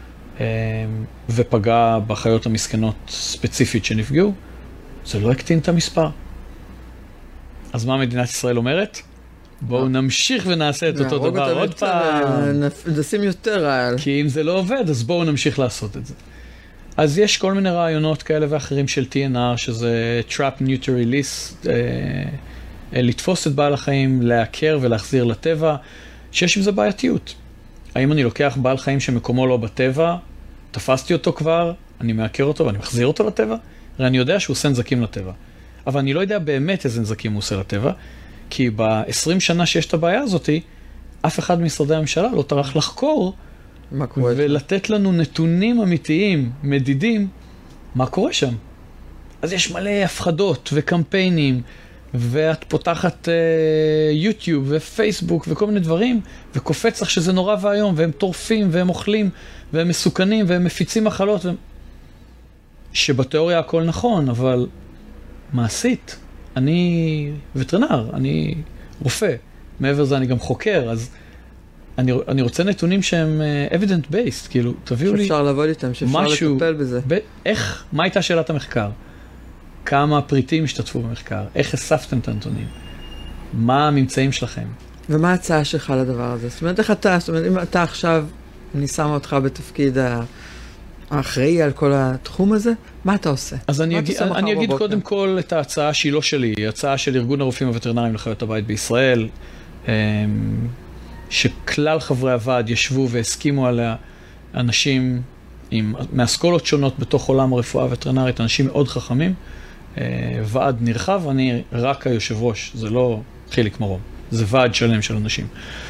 ופגע בחיות המסכנות ספציפית שנפגעו, זה לא הקטין את המספר. אז מה מדינת ישראל אומרת? בואו נמשיך ונעשה את אותו דבר עוד פעם. נשים יותר רעל. כי אם זה לא עובד, אז בואו נמשיך לעשות את זה. אז יש כל מיני רעיונות כאלה ואחרים של טי אן אר, שזה Trap Neuter Release, אה, לתפוס את בעל החיים, להכר ולהחזיר לטבע, שיש עם זה בעייתיות. האם אני לוקח בעל חיים שמקומו לא בטבע, תפסתי אותו כבר, אני מאכר אותו ואני מחזיר אותו לטבע? הרי אני יודע שהוא עושה נזקים לטבע. אבל אני לא יודע באמת איזה נזקים הוא עושה לטבע, כי ב-עשרים שנה שיש את הבעיה הזאת, אף אחד משרדי הממשלה לא טרח לחקור, מה קורה ולתת שם? לנו נתונים אמיתיים, מדידים, מה קורה שם. אז יש מלא הפחדות וקמפיינים, ואת פותחת uh, יוטיוב ופייסבוק וכל מיני דברים, וקופץ לך שזה נורא והיום, והם טורפים והם אוכלים, והם מסוכנים והם מפיצים מחלות, והם... שבתיאוריה הכל נכון, אבל מעשית, אני וטרינר, אני רופא, מעבר לזה אני גם חוקר, אז אני, אני רוצה נתונים שהם uh, evidence based, כאילו, תביאו לי שאפשר לעבוד איתם, שאפשר משהו, לטפל בזה. ב- איך, מה הייתה שאלת המחקר? כמה פריטים השתתפו במחקר? איך אספתם את הנתונים? מה הממצאים שלכם? ומה ההצעה שלך לדבר הזה? זאת אומרת, איך אתה, זאת אומרת, אם אתה עכשיו, אני שמה אותך בתפקיד האחראי על כל התחום הזה, מה אתה עושה? אז אני, אגיד, אני אגיד קודם כל את ההצעה שהיא לא שלי, היא הצעה של ארגון הרופאים הווטרינריים לחיות הבית בישראל, שכלל חברי הוועד ישבו והסכימו עליה אנשים עם, מאסכולות שונות בתוך עולם הרפואה הווטרינרית, אנשים מאוד חכמים, ועד נרחב, אני רק היושב ראש, זה לא חיליק מרום, זה ועד שלם של אנשים.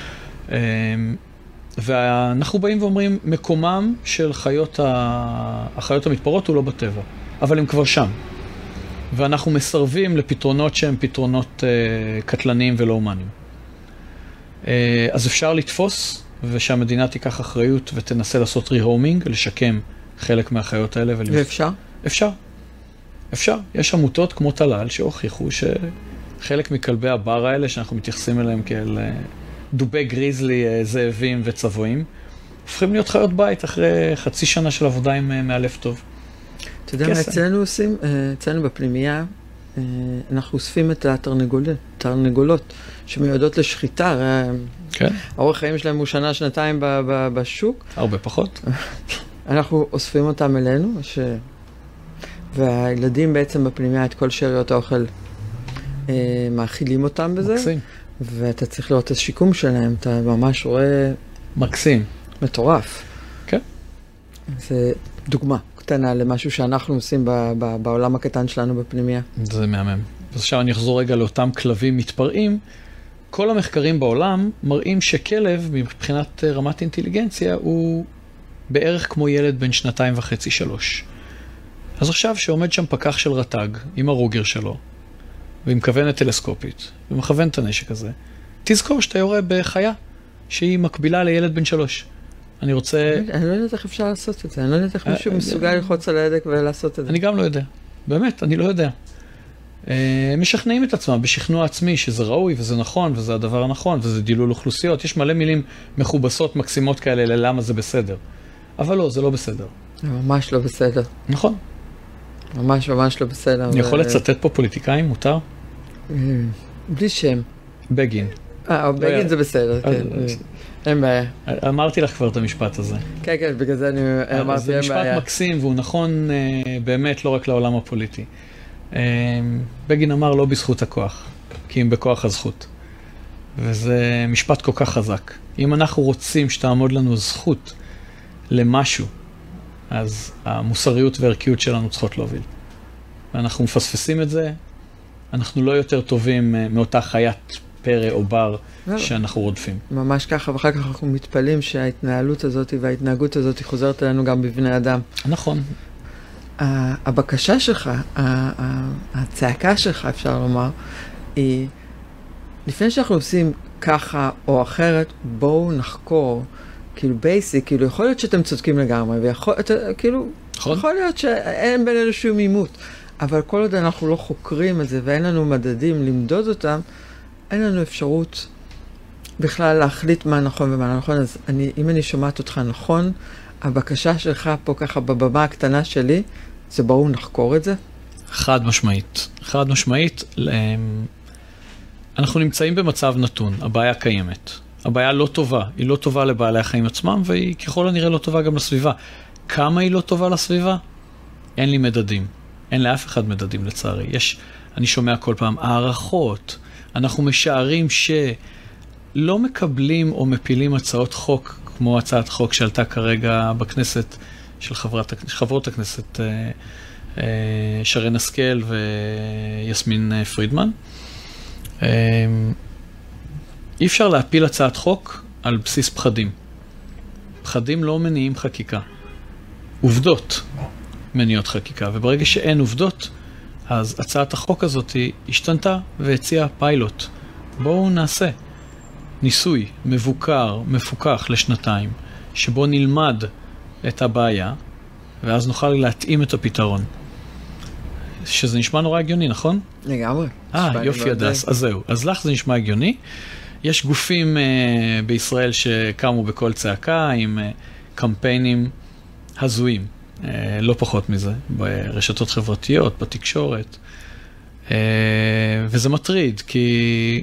ואנחנו באים ואומרים, מקומם של חיות, החיות המתפרעות הוא לא בטבע, אבל הם כבר שם. ואנחנו מסרבים לפתרונות שהם פתרונות קטלניים ולא הומניים. אז אפשר לתפוס, ושהמדינה תיקח אחריות ותנסה לעשות ריהומינג, לשקם חלק מהחיות האלה. ואפשר? אפשר. אפשר. יש עמותות כמו תלל שהוכיחו שחלק מכלבי הבר האלה, שאנחנו מתייחסים אליהם כאל דובי גריזלי, זאבים וצבועים, הופכים להיות חיות בית אחרי חצי שנה של עבודה עם מאלף טוב. אתה יודע מה אצלנו עושים? אצלנו בפנימייה, אנחנו אוספים את התרנגולות שמיועדות לשחיטה. כן. האורך חיים שלהם הוא שנה, שנתיים ב- ב- בשוק. הרבה פחות. אנחנו אוספים אותם אלינו, ש... והילדים בעצם בפנימיה את כל שאריות האוכל אה, מאכילים אותם בזה. מקסים. ואתה צריך לראות את השיקום שלהם, אתה ממש רואה... מקסים. מטורף. כן. זה דוגמה קטנה למשהו שאנחנו עושים ב- ב- בעולם הקטן שלנו בפנימיה. זה מהמם. אז עכשיו אני אחזור רגע לאותם כלבים מתפרעים. כל המחקרים בעולם מראים שכלב, מבחינת רמת אינטליגנציה, הוא בערך כמו ילד בן שנתיים וחצי, שלוש. אז עכשיו שעומד שם פקח של רט"ג, עם הרוגר שלו, ועם כוונת טלסקופית, ומכוון את הנשק הזה, תזכור שאתה יורה בחיה, שהיא מקבילה לילד בן שלוש. אני רוצה... אני לא יודעת איך אפשר לעשות את זה, אני לא יודעת איך מישהו מסוגל ללחוץ על ההדק ולעשות את זה. אני גם לא יודע. באמת, אני לא יודע. הם משכנעים את עצמם בשכנוע עצמי שזה ראוי וזה נכון וזה הדבר הנכון וזה דילול אוכלוסיות. יש מלא מילים מכובסות, מקסימות כאלה ללמה זה בסדר. אבל לא, זה לא בסדר. זה ממש לא בסדר. נכון. ממש ממש לא בסדר. אני יכול לצטט פה פוליטיקאים, מותר? בלי שם. בגין. אה, בגין זה בסדר, כן. אין בעיה. אמרתי לך כבר את המשפט הזה. כן, כן, בגלל זה אני אמרתי, אין בעיה. זה משפט מקסים והוא נכון באמת לא רק לעולם הפוליטי. בגין אמר לא בזכות הכוח, כי אם בכוח הזכות. וזה משפט כל כך חזק. אם אנחנו רוצים שתעמוד לנו זכות למשהו, אז המוסריות והערכיות שלנו צריכות להוביל. ואנחנו מפספסים את זה, אנחנו לא יותר טובים מאותה חיית פרא או בר שאנחנו רודפים. ממש ככה, ואחר כך אנחנו מתפלאים שההתנהלות הזאת וההתנהגות הזאת חוזרת אלינו גם בבני אדם. נכון. הבקשה שלך, הצעקה שלך, אפשר לומר, היא, לפני שאנחנו עושים ככה או אחרת, בואו נחקור, כאילו בייסיק, כאילו יכול להיות שאתם צודקים לגמרי, ויכול, כאילו, יכול להיות שאין בינינו שום עימות, אבל כל עוד אנחנו לא חוקרים את זה, ואין לנו מדדים למדוד אותם, אין לנו אפשרות בכלל להחליט מה נכון ומה לא נכון. אז אני, אם אני שומעת אותך נכון, הבקשה שלך פה ככה בבמה הקטנה שלי, זה ברור נחקור את זה? חד משמעית. חד משמעית, אנחנו נמצאים במצב נתון, הבעיה קיימת. הבעיה לא טובה, היא לא טובה לבעלי החיים עצמם, והיא ככל הנראה לא טובה גם לסביבה. כמה היא לא טובה לסביבה? אין לי מדדים. אין לאף אחד מדדים לצערי. יש, אני שומע כל פעם, הערכות. אנחנו משערים שלא מקבלים או מפילים הצעות חוק, כמו הצעת חוק שעלתה כרגע בכנסת של חברת, חברות הכנסת אה, אה, שרן השכל ויסמין פרידמן. אה, אי אפשר להפיל הצעת חוק על בסיס פחדים. פחדים לא מניעים חקיקה. עובדות מניעות חקיקה, וברגע שאין עובדות, אז הצעת החוק הזאת השתנתה והציעה פיילוט. בואו נעשה ניסוי מבוקר, מפוקח לשנתיים, שבו נלמד את הבעיה, ואז נוכל להתאים את הפתרון. שזה נשמע נורא הגיוני, נכון? לגמרי. אה, יופי הדס. אז זהו. אז לך זה נשמע הגיוני. יש גופים uh, בישראל שקמו בכל צעקה עם uh, קמפיינים הזויים. Uh, לא פחות מזה, ברשתות חברתיות, בתקשורת. Uh, וזה מטריד, כי...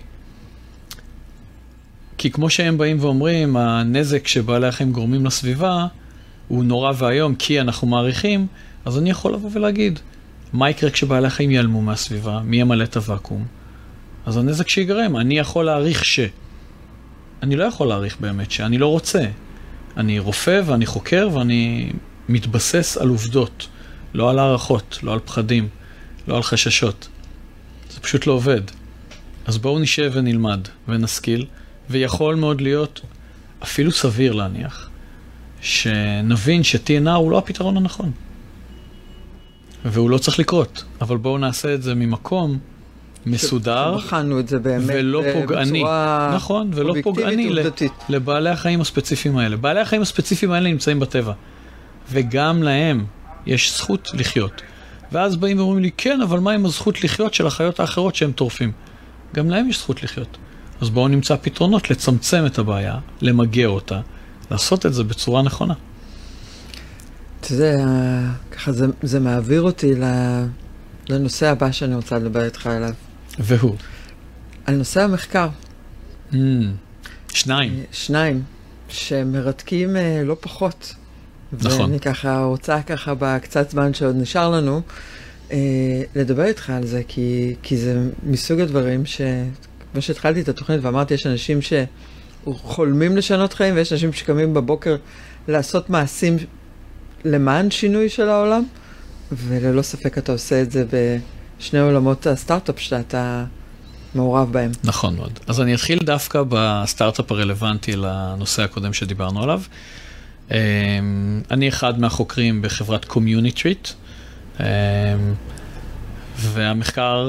כי כמו שהם באים ואומרים, הנזק שבעלי החיים גורמים לסביבה, הוא נורא והיום, כי אנחנו מעריכים, אז אני יכול לבוא ולהגיד, מה יקרה כשבעלי החיים ייעלמו מהסביבה? מי ימלא את הוואקום? אז הנזק שיגרם, אני יכול להעריך ש... אני לא יכול להעריך באמת שאני לא רוצה. אני רופא ואני חוקר ואני מתבסס על עובדות, לא על הערכות, לא על פחדים, לא על חששות. זה פשוט לא עובד. אז בואו נשב ונלמד ונשכיל, ויכול מאוד להיות, אפילו סביר להניח, שנבין ש-טי אן אר הוא לא הפתרון הנכון. והוא לא צריך לקרות. אבל בואו נעשה את זה ממקום מסודר, שבחנו את זה באמת ולא פוגעני. נכון, ולא פוגעני לבעלי החיים הספציפיים האלה. בעלי החיים הספציפיים האלה נמצאים בטבע. וגם להם יש זכות לחיות. ואז באים ואומרים לי, כן, אבל מה עם הזכות לחיות של החיות האחרות שהם טורפים? גם להם יש זכות לחיות. אז בואו נמצא פתרונות לצמצם את הבעיה, למגר אותה, לעשות את זה בצורה נכונה. אתה יודע, ככה זה, זה מעביר אותי לנושא הבא שאני רוצה לדבר איתך עליו. והוא? על נושא המחקר. Mm, שניים. שניים, שמרתקים לא פחות. נכון. ואני ככה רוצה ככה בקצת זמן שעוד נשאר לנו, אה, לדבר איתך על זה, כי, כי זה מסוג הדברים ש... כמו שהתחלתי את התוכנית ואמרתי, יש אנשים שחולמים לשנות חיים, ויש אנשים שקמים בבוקר לעשות מעשים למען שינוי של העולם, וללא ספק אתה עושה את זה בשני עולמות הסטארט-אפ שאתה מעורב בהם. נכון מאוד. אז אני אתחיל דווקא בסטארט-אפ הרלוונטי לנושא הקודם שדיברנו עליו. אני אחד מהחוקרים בחברת Communitree, והמחקר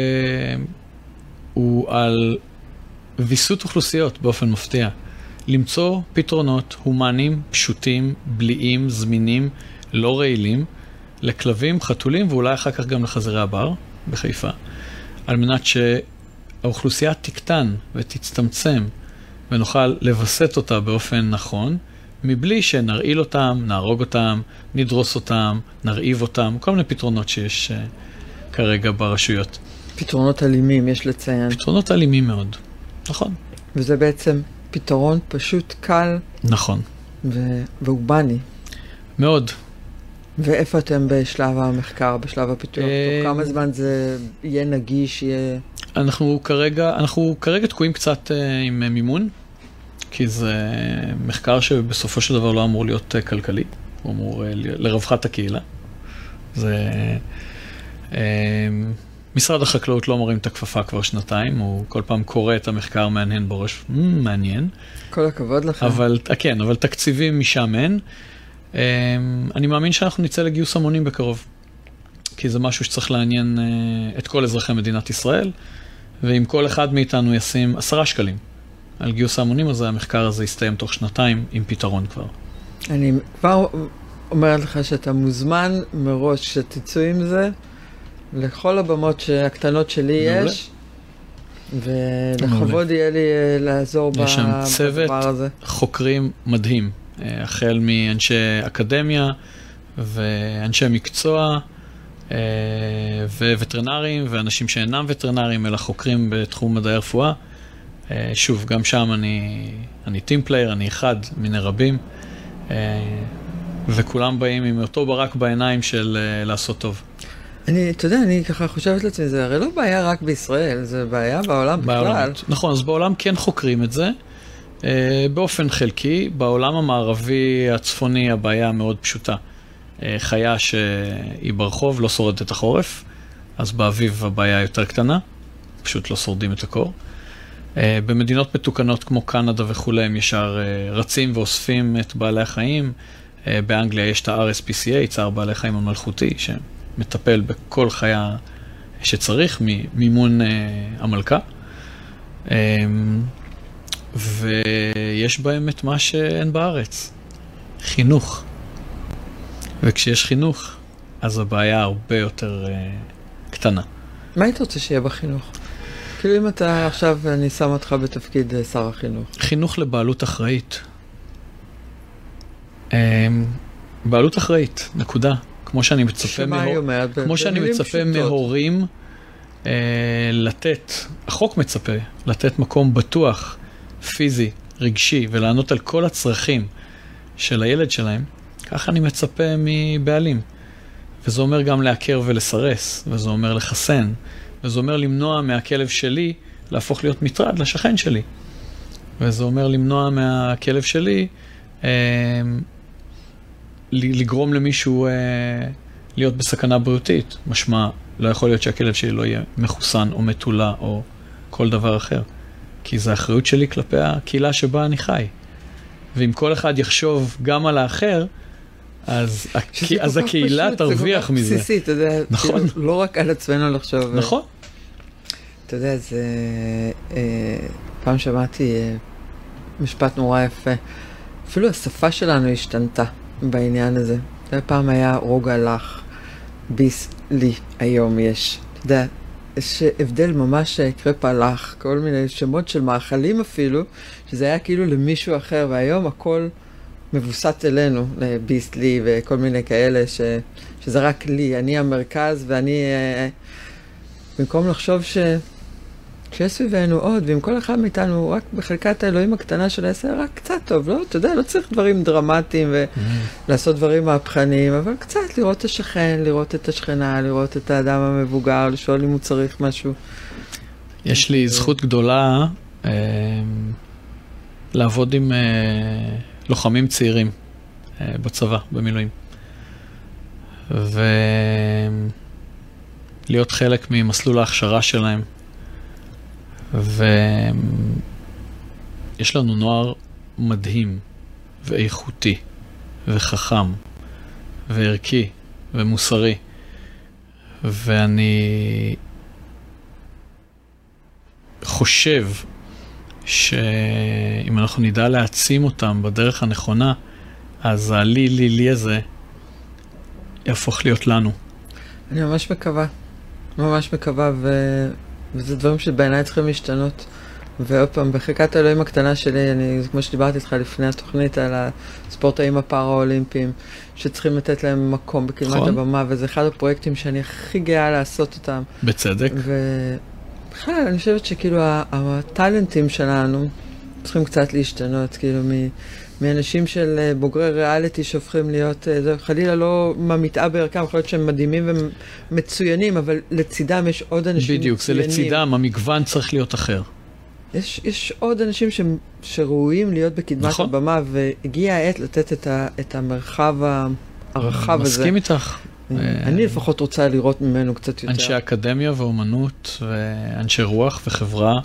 הוא על ויסות אוכלוסיות באופן מפתיע. למצוא פתרונות הומניים, פשוטים, בליעים, זמינים, לא רעילים, לכלבים, חתולים ואולי אחר כך גם לחזירי הבר בחיפה, על מנת שהאוכלוסייה תקטן ותצטמצם ונוכל לבסט אותה באופן נכון, מבלי שנרעיל אותם, נהרוג אותם, נדרוס אותם, נרעיב אותם, כל מיני פתרונות שיש uh, כרגע ברשויות. פתרונות אלימים, יש לציין. פתרונות אלימים מאוד, נכון. וזה בעצם פתרון פשוט קל. נכון. ו- ואובני. מאוד. ואיפה אתם בשלב המחקר, בשלב הפיתוח? תוך כמה זמן זה יהיה נגיש, יהיה... אנחנו כרגע, אנחנו כרגע תקועים קצת uh, עם מימון, כי זה מחקר שבסופו של דבר לא אמור להיות uh, כלכלי, הוא אמור uh, לרווחת הקהילה. זה... Uh, משרד החקלאות לא מרים את הכפפה כבר שנתיים, הוא כל פעם קורא את המחקר מעניין בראש, mm, מעניין. כל הכבוד לך. אבל, כן, אבל תקציבים משם אין. Um, אני מאמין שאנחנו נצא לגיוס המונים בקרוב, כי זה משהו שצריך לעניין uh, את כל אזרחי מדינת ישראל, ואם כל אחד מאיתנו ישים עשרה שקלים על גיוס ההמונים, אז המחקר הזה יסתיים תוך שנתיים עם פתרון כבר. אני כבר אומרת לך שאתה מוזמן מראש שתצאו עם זה, לכל הבמות הקטנות שלי יש, ולכבוד יהיה לי לעזור בדבר הזה. יש שם צוות חוקרים מדהים, החל מאנשי אקדמיה ואנשי מקצוע ווטרינרים ואנשים שאינם וטרינרים, אלא חוקרים בתחום מדעי הרפואה. שוב, גם שם אני, אני טים פלייר, אני אחד מיני רבים, וכולם באים עם אותו ברק בעיניים של לעשות טוב. אני, אתה יודע, אני ככה חושבת לעצמי, זה הרי לא בעיה רק בישראל, זה בעיה בעולם בכלל. נכון, אז בעולם כן חוקרים את זה, באופן חלקי. בעולם המערבי הצפוני הבעיה מאוד פשוטה. חיה שהיא ברחוב לא שורדת את החורף, אז באביב הבעיה יותר קטנה, פשוט לא שורדים את הקור. במדינות מתוקנות כמו קנדה וכו' הם ישר רצים ואוספים את בעלי החיים. באנגליה יש את ה-אר אס פי סי איי, צער בעלי חיים המלכותי, שמטפל בכל חיה שצריך, ממימון המלכה. ויש בהם את מה שאין בארץ, חינוך. וכשיש חינוך, אז הבעיה הרבה יותר uh, קטנה. מה היית רוצה שיהיה בחינוך? כאילו אם אתה עכשיו, אני שם אותך בתפקיד uh, שר החינוך. חינוך לבעלות אחראית. Um, בעלות אחראית, נקודה. כמו שאני מצפה, מהור... אומרת, כמו שאני מצפה פשוטות. מהורים uh, לתת, החוק מצפה, לתת מקום בטוח, פיזי, רגשי, ולענות על כל הצרכים של הילד שלהם. ככה אני מצפה מבעלים. וזה אומר גם לעקר ולסרס, וזה אומר לחסן, וזה אומר למנוע מהכלב שלי להפוך להיות מטרד לשכן שלי. וזה אומר למנוע מהכלב שלי אה, לגרום למישהו אה, להיות בסכנה בריאותית. משמע, לא יכול להיות שהכלב שלי לא יהיה מחוסן או מטולה או כל דבר אחר. כי זה האחריות שלי כלפי הקהילה שבה אני חי. ואם כל אחד יחשוב גם על האחר, אז, הקה... אז הקהילה פשוט, תרוויח מזה. זה כל כך בסיסי, אתה יודע, נכון. כאילו, לא רק על עצמנו לחשוב. נכון. אתה יודע, זה... אה, פעם שמעתי אה, משפט נורא יפה. אפילו השפה שלנו השתנתה בעניין הזה. אתה יודע, פעם היה רוגע לך, ביס לי, היום יש. אתה יודע, יש הבדל ממש קרפה לך, כל מיני שמות של מאכלים אפילו, שזה היה כאילו למישהו אחר, והיום הכל מבוסת אלינו, לביסט לי וכל מיני כאלה, ש, שזה רק לי, אני המרכז, ואני, במקום לחשוב ש... שיש סביבנו עוד, ואם כל אחד מאיתנו רק בחלקת האלוהים הקטנה של העשר, רק קצת טוב, לא? אתה יודע, לא צריך דברים דרמטיים ולעשות דברים מהפכניים, אבל קצת לראות את השכן, לראות את השכנה, לראות את האדם המבוגר, לשאול אם הוא צריך משהו. יש לי זכות גדולה אה, לעבוד עם אה, לוחמים צעירים אה, בצבא, במילואים. ולהיות חלק ממסלול ההכשרה שלהם. ויש לנו נוער מדהים ואיכותי וחכם וערכי ומוסרי. ואני חושב שאם אנחנו נדע להעצים אותם בדרך הנכונה, אז הלי לי לי הזה יהפוך להיות לנו. אני ממש מקווה, ממש מקווה, ו... וזה דברים שבעיניי צריכים להשתנות. ועוד פעם, בחלקת האלוהים הקטנה שלי, אני, כמו שדיברתי איתך לפני התוכנית על הספורטאים הפארה-אולימפיים, שצריכים לתת להם מקום בקדמת נכון. הבמה, וזה אחד הפרויקטים שאני הכי גאה לעשות אותם. בצדק. ובכלל, אני חושבת שכאילו הטלנטים שלנו צריכים קצת להשתנות, כאילו מ... מאנשים של בוגרי ריאליטי שהופכים להיות, זה חלילה לא ממתאה בערכם, יכול להיות שהם מדהימים ומצוינים, אבל לצידם יש עוד אנשים בדיוק, מצוינים. בדיוק, זה לצידם, המגוון צריך להיות אחר. יש, יש עוד אנשים ש, שראויים להיות בקדמת נכון. הבמה, והגיע העת לתת את, ה, את המרחב הרחב הזה. מסכים איתך. אני לפחות רוצה לראות ממנו קצת יותר. אנשי אקדמיה ואומנות, ואנשי רוח וחברה,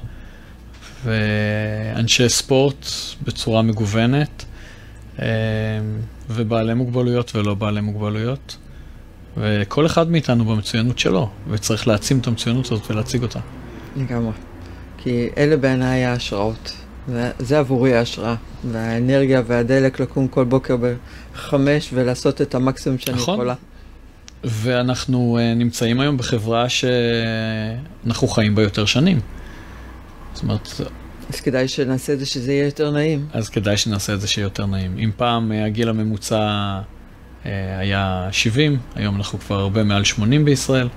ואנשי ספורט בצורה מגוונת, ובעלי מוגבלויות ולא בעלי מוגבלויות, וכל אחד מאיתנו במצוינות שלו, וצריך להעצים את המצוינות הזאת ולהציג אותה. לגמרי. כי אלה בעיניי ההשראות. זה עבורי ההשראה, והאנרגיה והדלק לקום כל בוקר בחמש ולעשות את המקסימום שאני נכון. יכולה. ואנחנו נמצאים היום בחברה שאנחנו חיים בה יותר שנים. זאת אומרת... אז כדאי שנעשה את זה שזה יהיה יותר נעים. אז כדאי שנעשה את זה שיהיה יותר נעים. אם פעם הגיל הממוצע היה שבעים, היום אנחנו כבר הרבה מעל שמונים בישראל,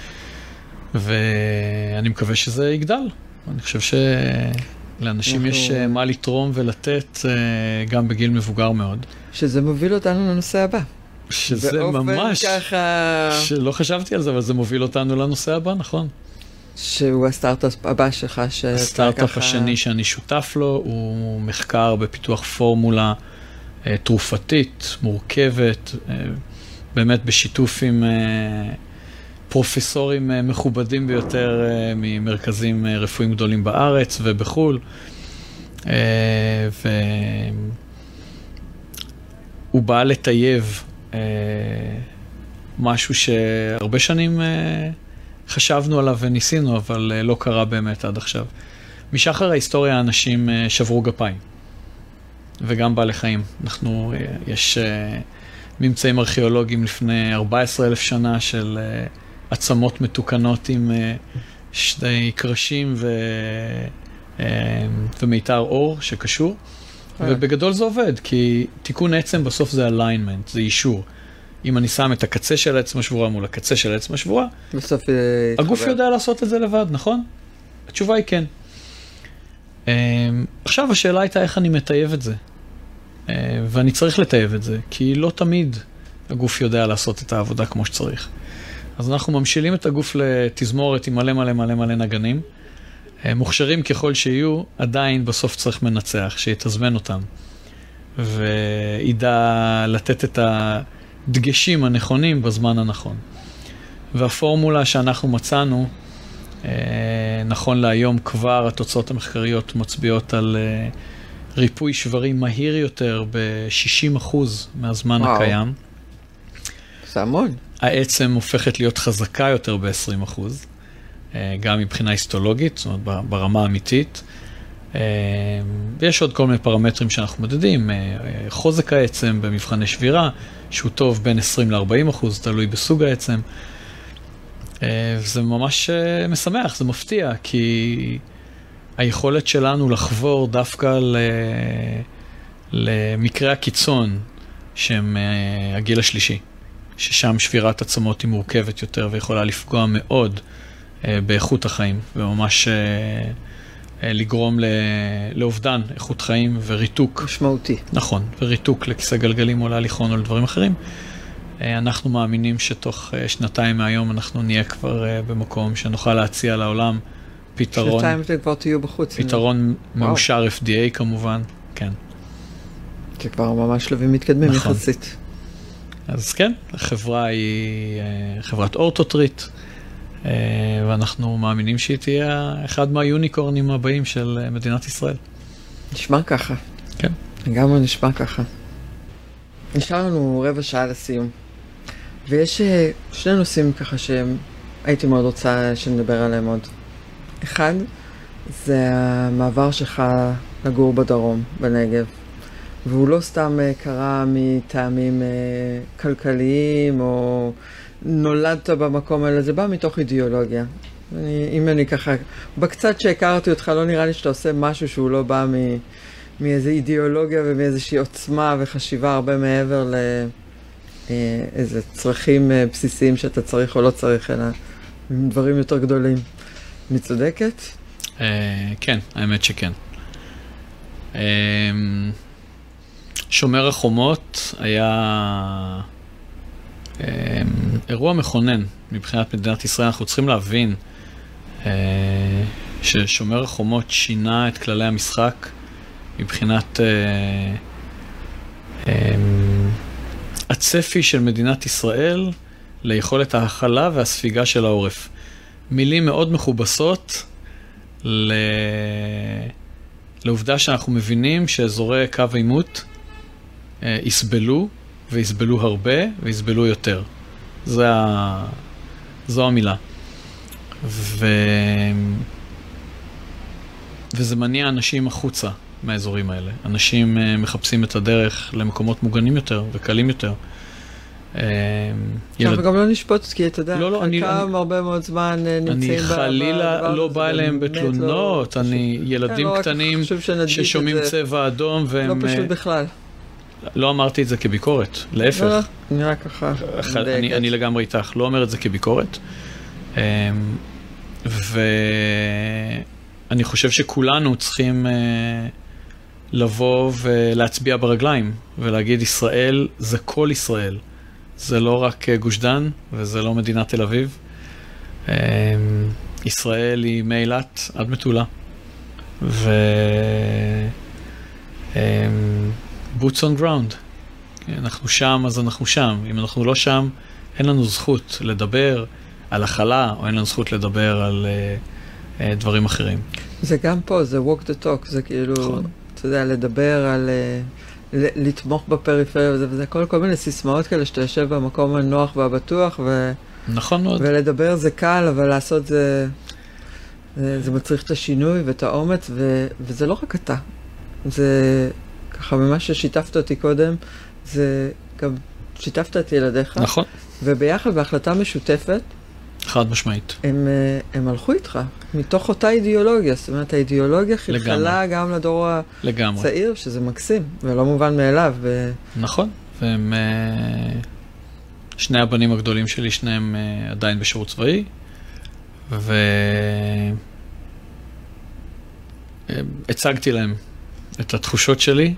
ואני מקווה שזה יגדל. אני חושב שלאנשים אנחנו... יש מה לתרום ולתת גם בגיל מבוגר מאוד. שזה מוביל אותנו לנושא הבא. שזה ממש... ככה... שלא חשבתי על זה, אבל זה מוביל אותנו לנושא הבא, נכון? שהוא הסטארט-אפ הבא שלך, הסטארט-אפ ככה... השני שאני שותף לו, הוא מחקר בפיתוח פורמולה אה, תרופתית, מורכבת, אה, באמת בשיתוף עם אה, פרופסורים אה, מכובדים ביותר אה, ממרכזים אה, רפואיים גדולים בארץ ובחול. אה, והוא בא לטייב אה, משהו שהרבה שנים... אה, חשבנו עליו וניסינו, אבל לא קרה באמת עד עכשיו. משחר ההיסטוריה אנשים שברו גפיים, וגם בעלי חיים. אנחנו, יש ממצאים ארכיאולוגיים לפני ארבעה עשר אלף שנה של עצמות מתוקנות עם שני קרשים ו... ומיתר אור שקשור, ובגדול זה עובד, כי תיקון עצם בסוף זה alignment, זה אישור. אם אני שם את הקצה של העצם השבורה מול הקצה של העצם השבורה, בסוף הגוף יודע לעשות את זה לבד, נכון? התשובה היא כן. עכשיו השאלה הייתה איך אני מטייב את זה. ואני צריך לטייב את זה, כי לא תמיד הגוף יודע לעשות את העבודה כמו שצריך. אז אנחנו ממשילים את הגוף לתזמורת עם מלא מלא מלא מלא נגנים. מוכשרים ככל שיהיו, עדיין בסוף צריך מנצח, שיתזמן אותם. וידע לתת את ה... דגשים הנכונים בזמן הנכון. והפורמולה שאנחנו מצאנו, אה, נכון להיום כבר התוצאות המחקריות מצביעות על אה, ריפוי שברים מהיר יותר ב-שישים אחוז מהזמן וואו. הקיים. זה המון. העצם הופכת להיות חזקה יותר ב-עשרים אחוז, אה, גם מבחינה היסטולוגית, זאת אומרת ברמה האמיתית. ויש עוד כל מיני פרמטרים שאנחנו מדדים, חוזק העצם במבחני שבירה, שהוא טוב בין עשרים ל-ארבעים אחוז, תלוי בסוג העצם. זה ממש משמח, זה מפתיע, כי היכולת שלנו לחבור דווקא למקרה הקיצון, שהם הגיל השלישי, ששם שבירת עצמות היא מורכבת יותר ויכולה לפגוע מאוד באיכות החיים, וממש לגרום לאובדן איכות חיים וריתוק. משמעותי. נכון, וריתוק לכיסא גלגלים או להליכון או לדברים אחרים. אנחנו מאמינים שתוך שנתיים מהיום אנחנו נהיה כבר במקום שנוכל להציע לעולם פתרון. שנתיים אתם כבר תהיו בחוץ. פתרון מאושר אף די איי כמובן, כן. זה כבר ממש שלבים מתקדמים נכון. יחסית. אז כן, החברה היא חברת אורטוטריט, ואנחנו מאמינים שהיא תהיה אחד מהיוניקורנים הבאים של מדינת ישראל. נשמע ככה. כן. לגמרי נשמע ככה. נשאר לנו רבע שעה לסיום. ויש שני נושאים ככה שהייתי מאוד רוצה שנדבר עליהם עוד. אחד, זה המעבר שלך לגור בדרום, בנגב. והוא לא סתם קרה מטעמים כלכליים, או נולדת במקום האלה, זה בא מתוך אידיאולוגיה. אני, אם אני ככה, בקצת שהכרתי אותך, לא נראה לי שאתה עושה משהו שהוא לא בא מ, מאיזו אידיאולוגיה ומאיזושהי עוצמה וחשיבה הרבה מעבר לאיזה צרכים בסיסיים שאתה צריך או לא צריך, אלא דברים יותר גדולים. אני צודקת? כן, האמת שכן. שומר החומות היה אירוע מכונן מבחינת מדינת ישראל. אנחנו צריכים להבין ששומר החומות שינה את כללי המשחק מבחינת הצפי של מדינת ישראל ליכולת ההכלה והספיגה של העורף. מילים מאוד מכובסות ל... לעובדה שאנחנו מבינים שאזורי קו העימות אה, יסבלו, ויסבלו הרבה, ויסבלו יותר. זה ה... זו המילה. ו... וזה מניע אנשים החוצה מהאזורים האלה. אנשים אה, מחפשים את הדרך למקומות מוגנים יותר וקלים יותר. אנחנו גם לא נשפוט, כי אתה יודע, לא, לא, אני, חלקם הרבה מאוד זמן נמצאים אני חלילה לא בא אליהם בתלונות, אני ילדים קטנים ששומעים צבע אדום והם... לא פשוט בכלל. לא אמרתי את זה כביקורת, להפך. לא, לא, נראה ככה. אני, אני לגמרי איתך, לא אומר את זה כביקורת. ואני חושב שכולנו צריכים לבוא ולהצביע ברגליים, ולהגיד ישראל זה כל ישראל. זה לא רק גוש דן, וזה לא מדינת תל אביב. ישראל היא מאילת עד מטולה. ו... boots on ground. אנחנו שם, אז אנחנו שם. אם אנחנו לא שם, אין לנו זכות לדבר על החלה, או אין לנו זכות לדבר על uh, uh, דברים אחרים. זה גם פה, זה walk the talk, זה כאילו, נכון. אתה יודע, לדבר על... Uh... לתמוך בפריפריה וזה, וזה כל, כל מיני סיסמאות כאלה שאתה יושב במקום הנוח והבטוח ו... נכון מאוד. ולדבר זה קל, אבל לעשות זה, זה, זה מצריך את השינוי ואת האומץ, ו... וזה לא רק אתה. זה ככה ממה ששיתפת אותי קודם, זה גם שיתפת את ילדיך. נכון. וביחד בהחלטה משותפת, חד משמעית. הם, הם הלכו איתך, מתוך אותה אידיאולוגיה. זאת אומרת, האידיאולוגיה חלחלה גם לדור לגמרי. הצעיר, שזה מקסים, ולא מובן מאליו. ו... נכון, והם... שני הבנים הגדולים שלי, שניהם עדיין בשירות צבאי, והצגתי להם את התחושות שלי,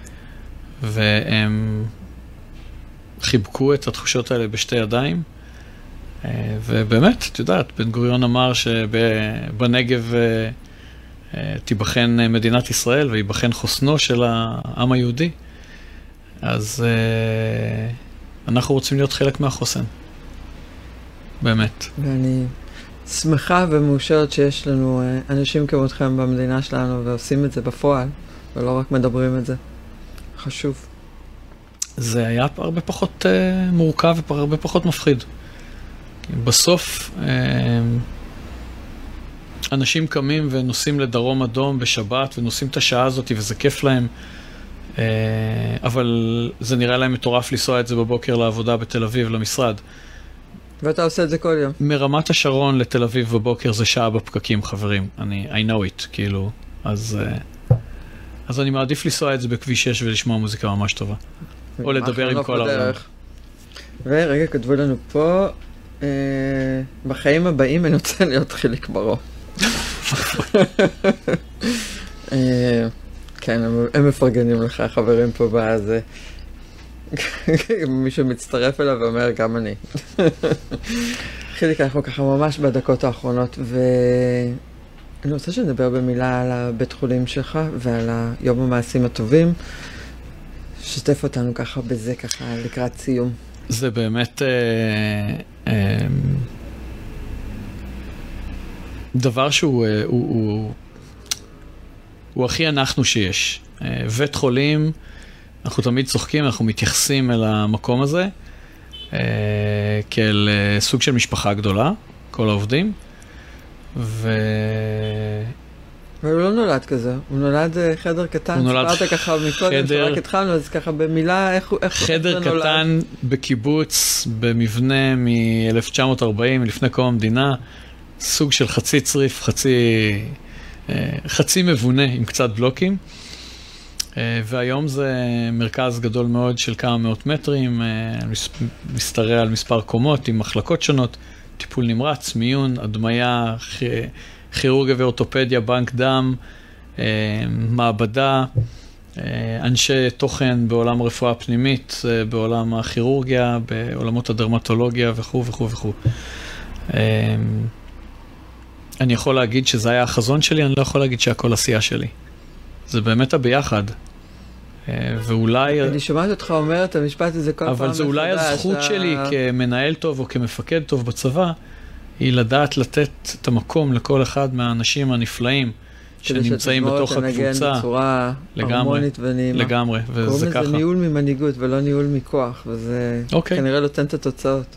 והם חיבקו את התחושות האלה בשתי ידיים, ובאמת, את יודעת, בן גוריון אמר שבנגב תיבחן מדינת ישראל ויבחן חוסנו של העם היהודי. אז אנחנו רוצים להיות חלק מהחוסן. באמת. ואני שמחה ומאושרת שיש לנו אנשים כמותכם במדינה שלנו ועושים את זה בפועל, ולא רק מדברים את זה. חשוב. זה היה הרבה פחות מורכב והרבה פחות מפחיד. בסוף אנשים קמים ונוסעים לדרום אדום בשבת ונוסעים את השעה הזאת וזה כיף להם, אבל זה נראה להם מטורף לנסוע את זה בבוקר לעבודה בתל אביב למשרד. ואתה עושה את זה כל יום. מרמת השרון לתל אביב בבוקר זה שעה בפקקים, חברים. אני, I know it, כאילו. אז, אז אני מעדיף לנסוע את זה בכביש שש ולשמוע מוזיקה ממש טובה. או לדבר עם כל העולם. ורגע, כתבו לנו פה, בחיים הבאים אני רוצה להיות חיליק ברו. כן, הם מפרגנים לך, חברים פה בזה. מישהו מצטרף אליו ואומר, גם אני. חיליק, אנחנו ככה ממש בדקות האחרונות, ואני רוצה שנדבר במילה על הבית חולים שלך ועל היום המעשים הטובים. שתף אותנו ככה בזה, ככה לקראת סיום. זה באמת אה, אה, דבר שהוא הוא, הוא, הוא הכי אנחנו שיש. אה, בית חולים, אנחנו תמיד צוחקים, אנחנו מתייחסים אל המקום הזה, אה, כאל אה, סוג של משפחה גדולה, כל העובדים, ו... אבל הוא לא נולד כזה, הוא נולד חדר קטן, הוא נולד ספרת ככה מקודם, שרק התחלנו, אז ככה במילה, איך הוא נולד? חדר קטן בקיבוץ, במבנה מ-אלף תשע מאות ארבעים, לפני קום המדינה, סוג של חצי צריף, חצי, חצי מבונה עם קצת בלוקים, והיום זה מרכז גדול מאוד של כמה מאות מטרים, משתרע על מספר קומות עם מחלקות שונות, טיפול נמרץ, מיון, הדמיה, כירורגיה ואורתופדיה, בנק דם, מעבדה, אנשי תוכן בעולם הרפואה הפנימית, בעולם הכירורגיה, בעולמות הדרמטולוגיה וכו' וכו' וכו'. אני יכול להגיד שזה היה החזון שלי, אני לא יכול להגיד שהכל עשייה שלי. זה באמת הביחד. ואולי... אני שומעת אותך אומר את המשפט הזה כל פעם מחדש. אבל זה אולי הזכות שלי כמנהל טוב או כמפקד טוב בצבא, היא לדעת לתת את המקום לכל אחד מהאנשים הנפלאים שנמצאים בתוך הקבוצה. כדי שתשמור בצורה הרמונית ונעימה. לגמרי, וזה ככה. קוראים לזה ניהול ממנהיגות ולא ניהול מכוח, וזה כנראה נותן את התוצאות.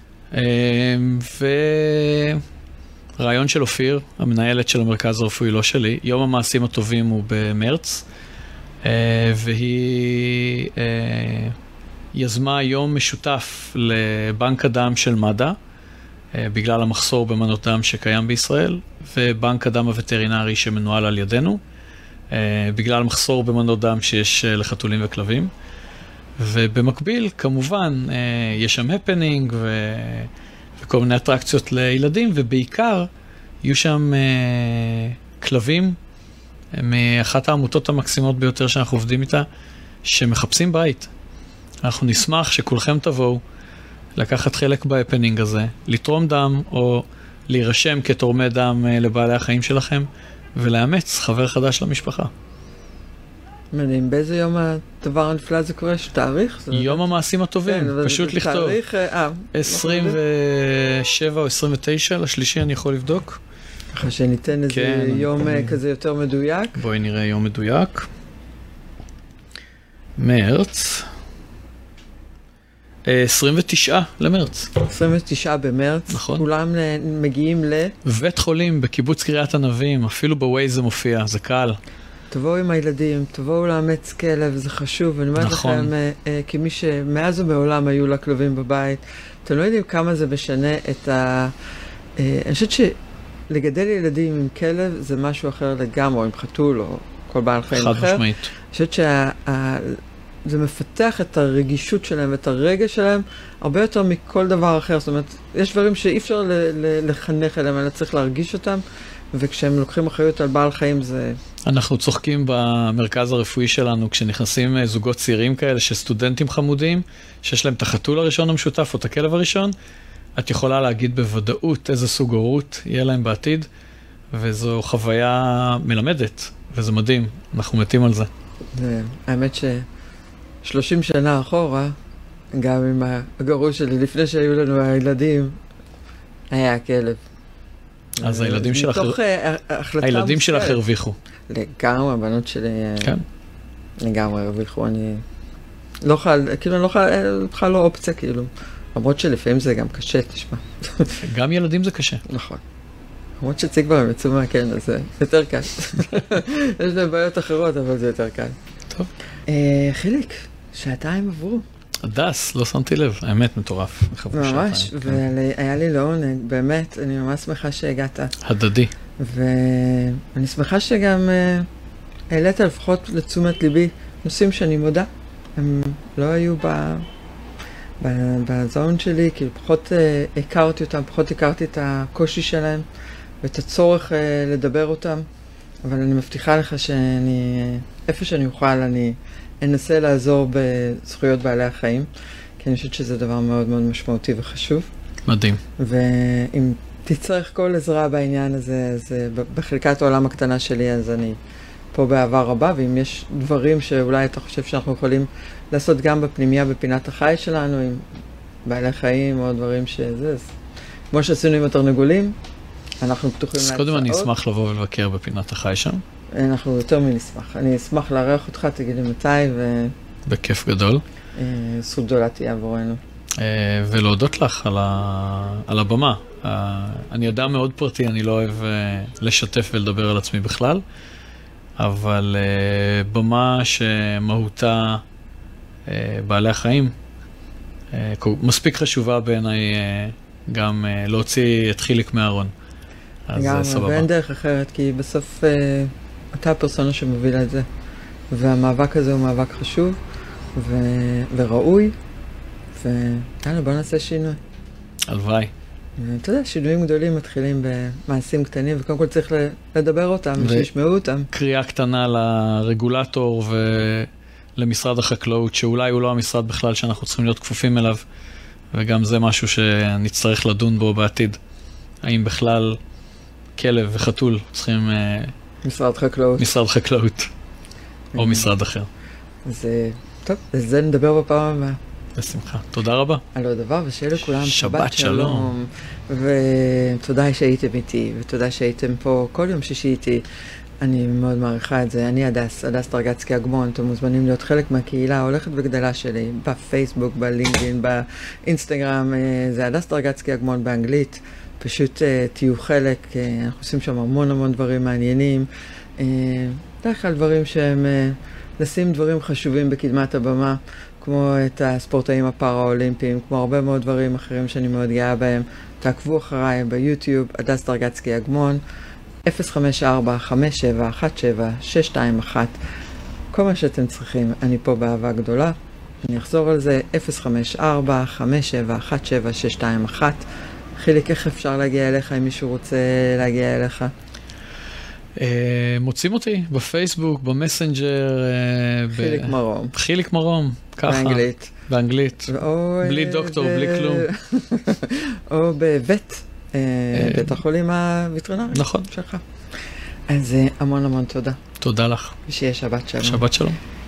ורעיון של אופיר, המנהלת של המרכז הרפואי, לא שלי, יום המעשים הטובים הוא במרץ, והיא יזמה יום משותף לבנק הדם של מד"א, בגלל המחסור במנות דם שקיים בישראל, ובנק הדם הווטרינרי שמנוהל על ידינו, בגלל מחסור במנות דם שיש לחתולים וכלבים. ובמקביל, כמובן, יש שם הפנינג ו... וכל מיני אטרקציות לילדים, ובעיקר יהיו שם כלבים מאחת העמותות המקסימות ביותר שאנחנו עובדים איתה, שמחפשים בית. אנחנו נשמח שכולכם תבואו, לקחת חלק בהפנינג הזה, לתרום דם או להירשם כתורמי דם לבעלי החיים שלכם, ולאמץ חבר חדש למשפחה. מדהים, באיזה יום הדבר הנפלא הזה קורה? יש תאריך? יום המעשים הטובים, פשוט לכתוב. עשרים ושבע או עשרים ותשע, לשלישי אני יכול לבדוק. ככה שניתן איזה יום כזה יותר מדויק. בואי נראה יום מדויק. מרץ. עשרים ותשעה למרץ. עשרים ותשעה במרץ. נכון. כולם מגיעים ל... בית חולים בקיבוץ קריית ענבים, אפילו בווייז זה מופיע, זה קל. תבואו עם הילדים, תבואו לאמץ כלב, זה חשוב. אני אומרת נכון. לכם, כמי שמאז ומעולם היו לה כלבים בבית, אתם לא יודעים כמה זה משנה את ה... אני חושבת שלגדל ילדים עם כלב זה משהו אחר לגמרי, או עם חתול, או כל בעל חיים אחר. חד משמעית. אני חושבת שה... זה מפתח את הרגישות שלהם ואת הרגש שלהם הרבה יותר מכל דבר אחר. זאת אומרת, יש דברים שאי אפשר ל- ל- לחנך אליהם, אלא צריך להרגיש אותם, וכשהם לוקחים אחריות על בעל חיים זה... אנחנו צוחקים במרכז הרפואי שלנו, כשנכנסים זוגות צעירים כאלה, שסטודנטים חמודים, שיש להם את החתול הראשון המשותף או את הכלב הראשון, את יכולה להגיד בוודאות איזה סוג הורות יהיה להם בעתיד, וזו חוויה מלמדת, וזה מדהים, אנחנו מתים על זה. זה האמת ש... שלושים שנה אחורה, גם עם הגרוש שלי, לפני שהיו לנו הילדים, היה הכלב. אז הילדים שלך... מתוך החלטה... הילדים שלך הרוויחו. לגמרי, הבנות שלי... כן. לגמרי הרוויחו, אני... לא חל... כאילו, אני לא חל... בכלל לא אופציה, כאילו. למרות שלפעמים זה גם קשה, תשמע. גם ילדים זה קשה. נכון. למרות שציג כבר הם יצאו מהקן, אז זה יותר קל. יש להם בעיות אחרות, אבל זה יותר קל. טוב. חיליק, שעתיים עברו. הדס, לא שמתי לב, האמת מטורף. ממש, והיה לי לעונג, באמת, אני ממש שמחה שהגעת. הדדי. ואני שמחה שגם העלית לפחות לתשומת ליבי נושאים שאני מודה. הם לא היו בזון שלי, כאילו פחות אה, הכרתי אותם, פחות הכרתי את הקושי שלהם ואת הצורך אה, לדבר אותם, אבל אני מבטיחה לך שאני, איפה שאני אוכל, אני אנסה לעזור בזכויות בעלי החיים, כי אני חושבת שזה דבר מאוד מאוד משמעותי וחשוב. מדהים. ואם תצטרך כל עזרה בעניין הזה, אז בחלקת העולם הקטנה שלי, אז אני פה באהבה רבה, ואם יש דברים שאולי אתה חושב שאנחנו יכולים לעשות גם בפנימיה, בפינת החי שלנו, עם בעלי חיים או דברים שזה, אז כמו שעשינו עם התרנגולים, אנחנו פתוחים להצעות. אז קודם אני אשמח לבוא ולבקר בפינת החי שם. אנחנו יותר מנשמח. אני אשמח לארח אותך, תגיד לי מתי, ו... בכיף גדול. זכות גדולה תהיה עבורנו. ולהודות לך על, ה... על הבמה. אני אדם מאוד פרטי, אני לא אוהב לשתף ולדבר על עצמי בכלל, אבל במה שמהותה בעלי החיים מספיק חשובה בעיניי גם להוציא את חיליק מהארון. אז גם, סבבה. ואין דרך אחרת, כי בסוף אתה הפרסונה שמובילה את זה, והמאבק הזה הוא מאבק חשוב ו... וראוי, ויאללה, בוא נעשה שינוי. הלוואי. אתה יודע, שינויים גדולים מתחילים במעשים קטנים, וקודם כל צריך לדבר אותם, ו... שישמעו אותם. קריאה קטנה לרגולטור ולמשרד החקלאות, שאולי הוא לא המשרד בכלל שאנחנו צריכים להיות כפופים אליו, וגם זה משהו שנצטרך לדון בו בעתיד. האם בכלל כלב וחתול צריכים... משרד חקלאות. משרד חקלאות. או משרד אחר. אז טוב, אז זה נדבר בפעם הבאה. בשמחה. תודה רבה. על עוד דבר, ושיהיה לכולם שבת שלום. ותודה שהייתם איתי, ותודה שהייתם פה כל יום שישי איתי. אני מאוד מעריכה את זה. אני הדס, הדס דרגצקי אגמון. אתם מוזמנים להיות חלק מהקהילה ההולכת וגדלה שלי, בפייסבוק, בלינקדאין, באינסטגרם. זה הדס דרגצקי אגמון באנגלית. פשוט תהיו חלק. אנחנו עושים שם המון המון דברים מעניינים. דרך כלל דברים שהם לשים דברים חשובים בקדמת הבמה, כמו את הספורטאים הפארה-אולימפיים, כמו הרבה מאוד דברים אחרים שאני מאוד גאה בהם. תעקבו אחריי ביוטיוב, הדס דרגצקי אגמון, אפס חמש ארבע חמש שבע אחת שבע שש שתיים אחת. כל מה שאתם צריכים, אני פה באהבה גדולה. אני אחזור על זה, אפס חמש ארבע חמש שבע אחת שבע שש שתיים אחת. חיליק, איך אפשר להגיע אליך אם מישהו רוצה להגיע אליך? מוצאים אותי בפייסבוק, במסנג'ר. חיליק מרום. חיליק מרום, ככה. באנגלית. באנגלית. בלי דוקטור, בלי כלום. או בבית, בית החולים הווטרינרי. נכון. שלך. אז המון המון תודה. תודה לך. ושיהיה שבת שלום. שבת שלום.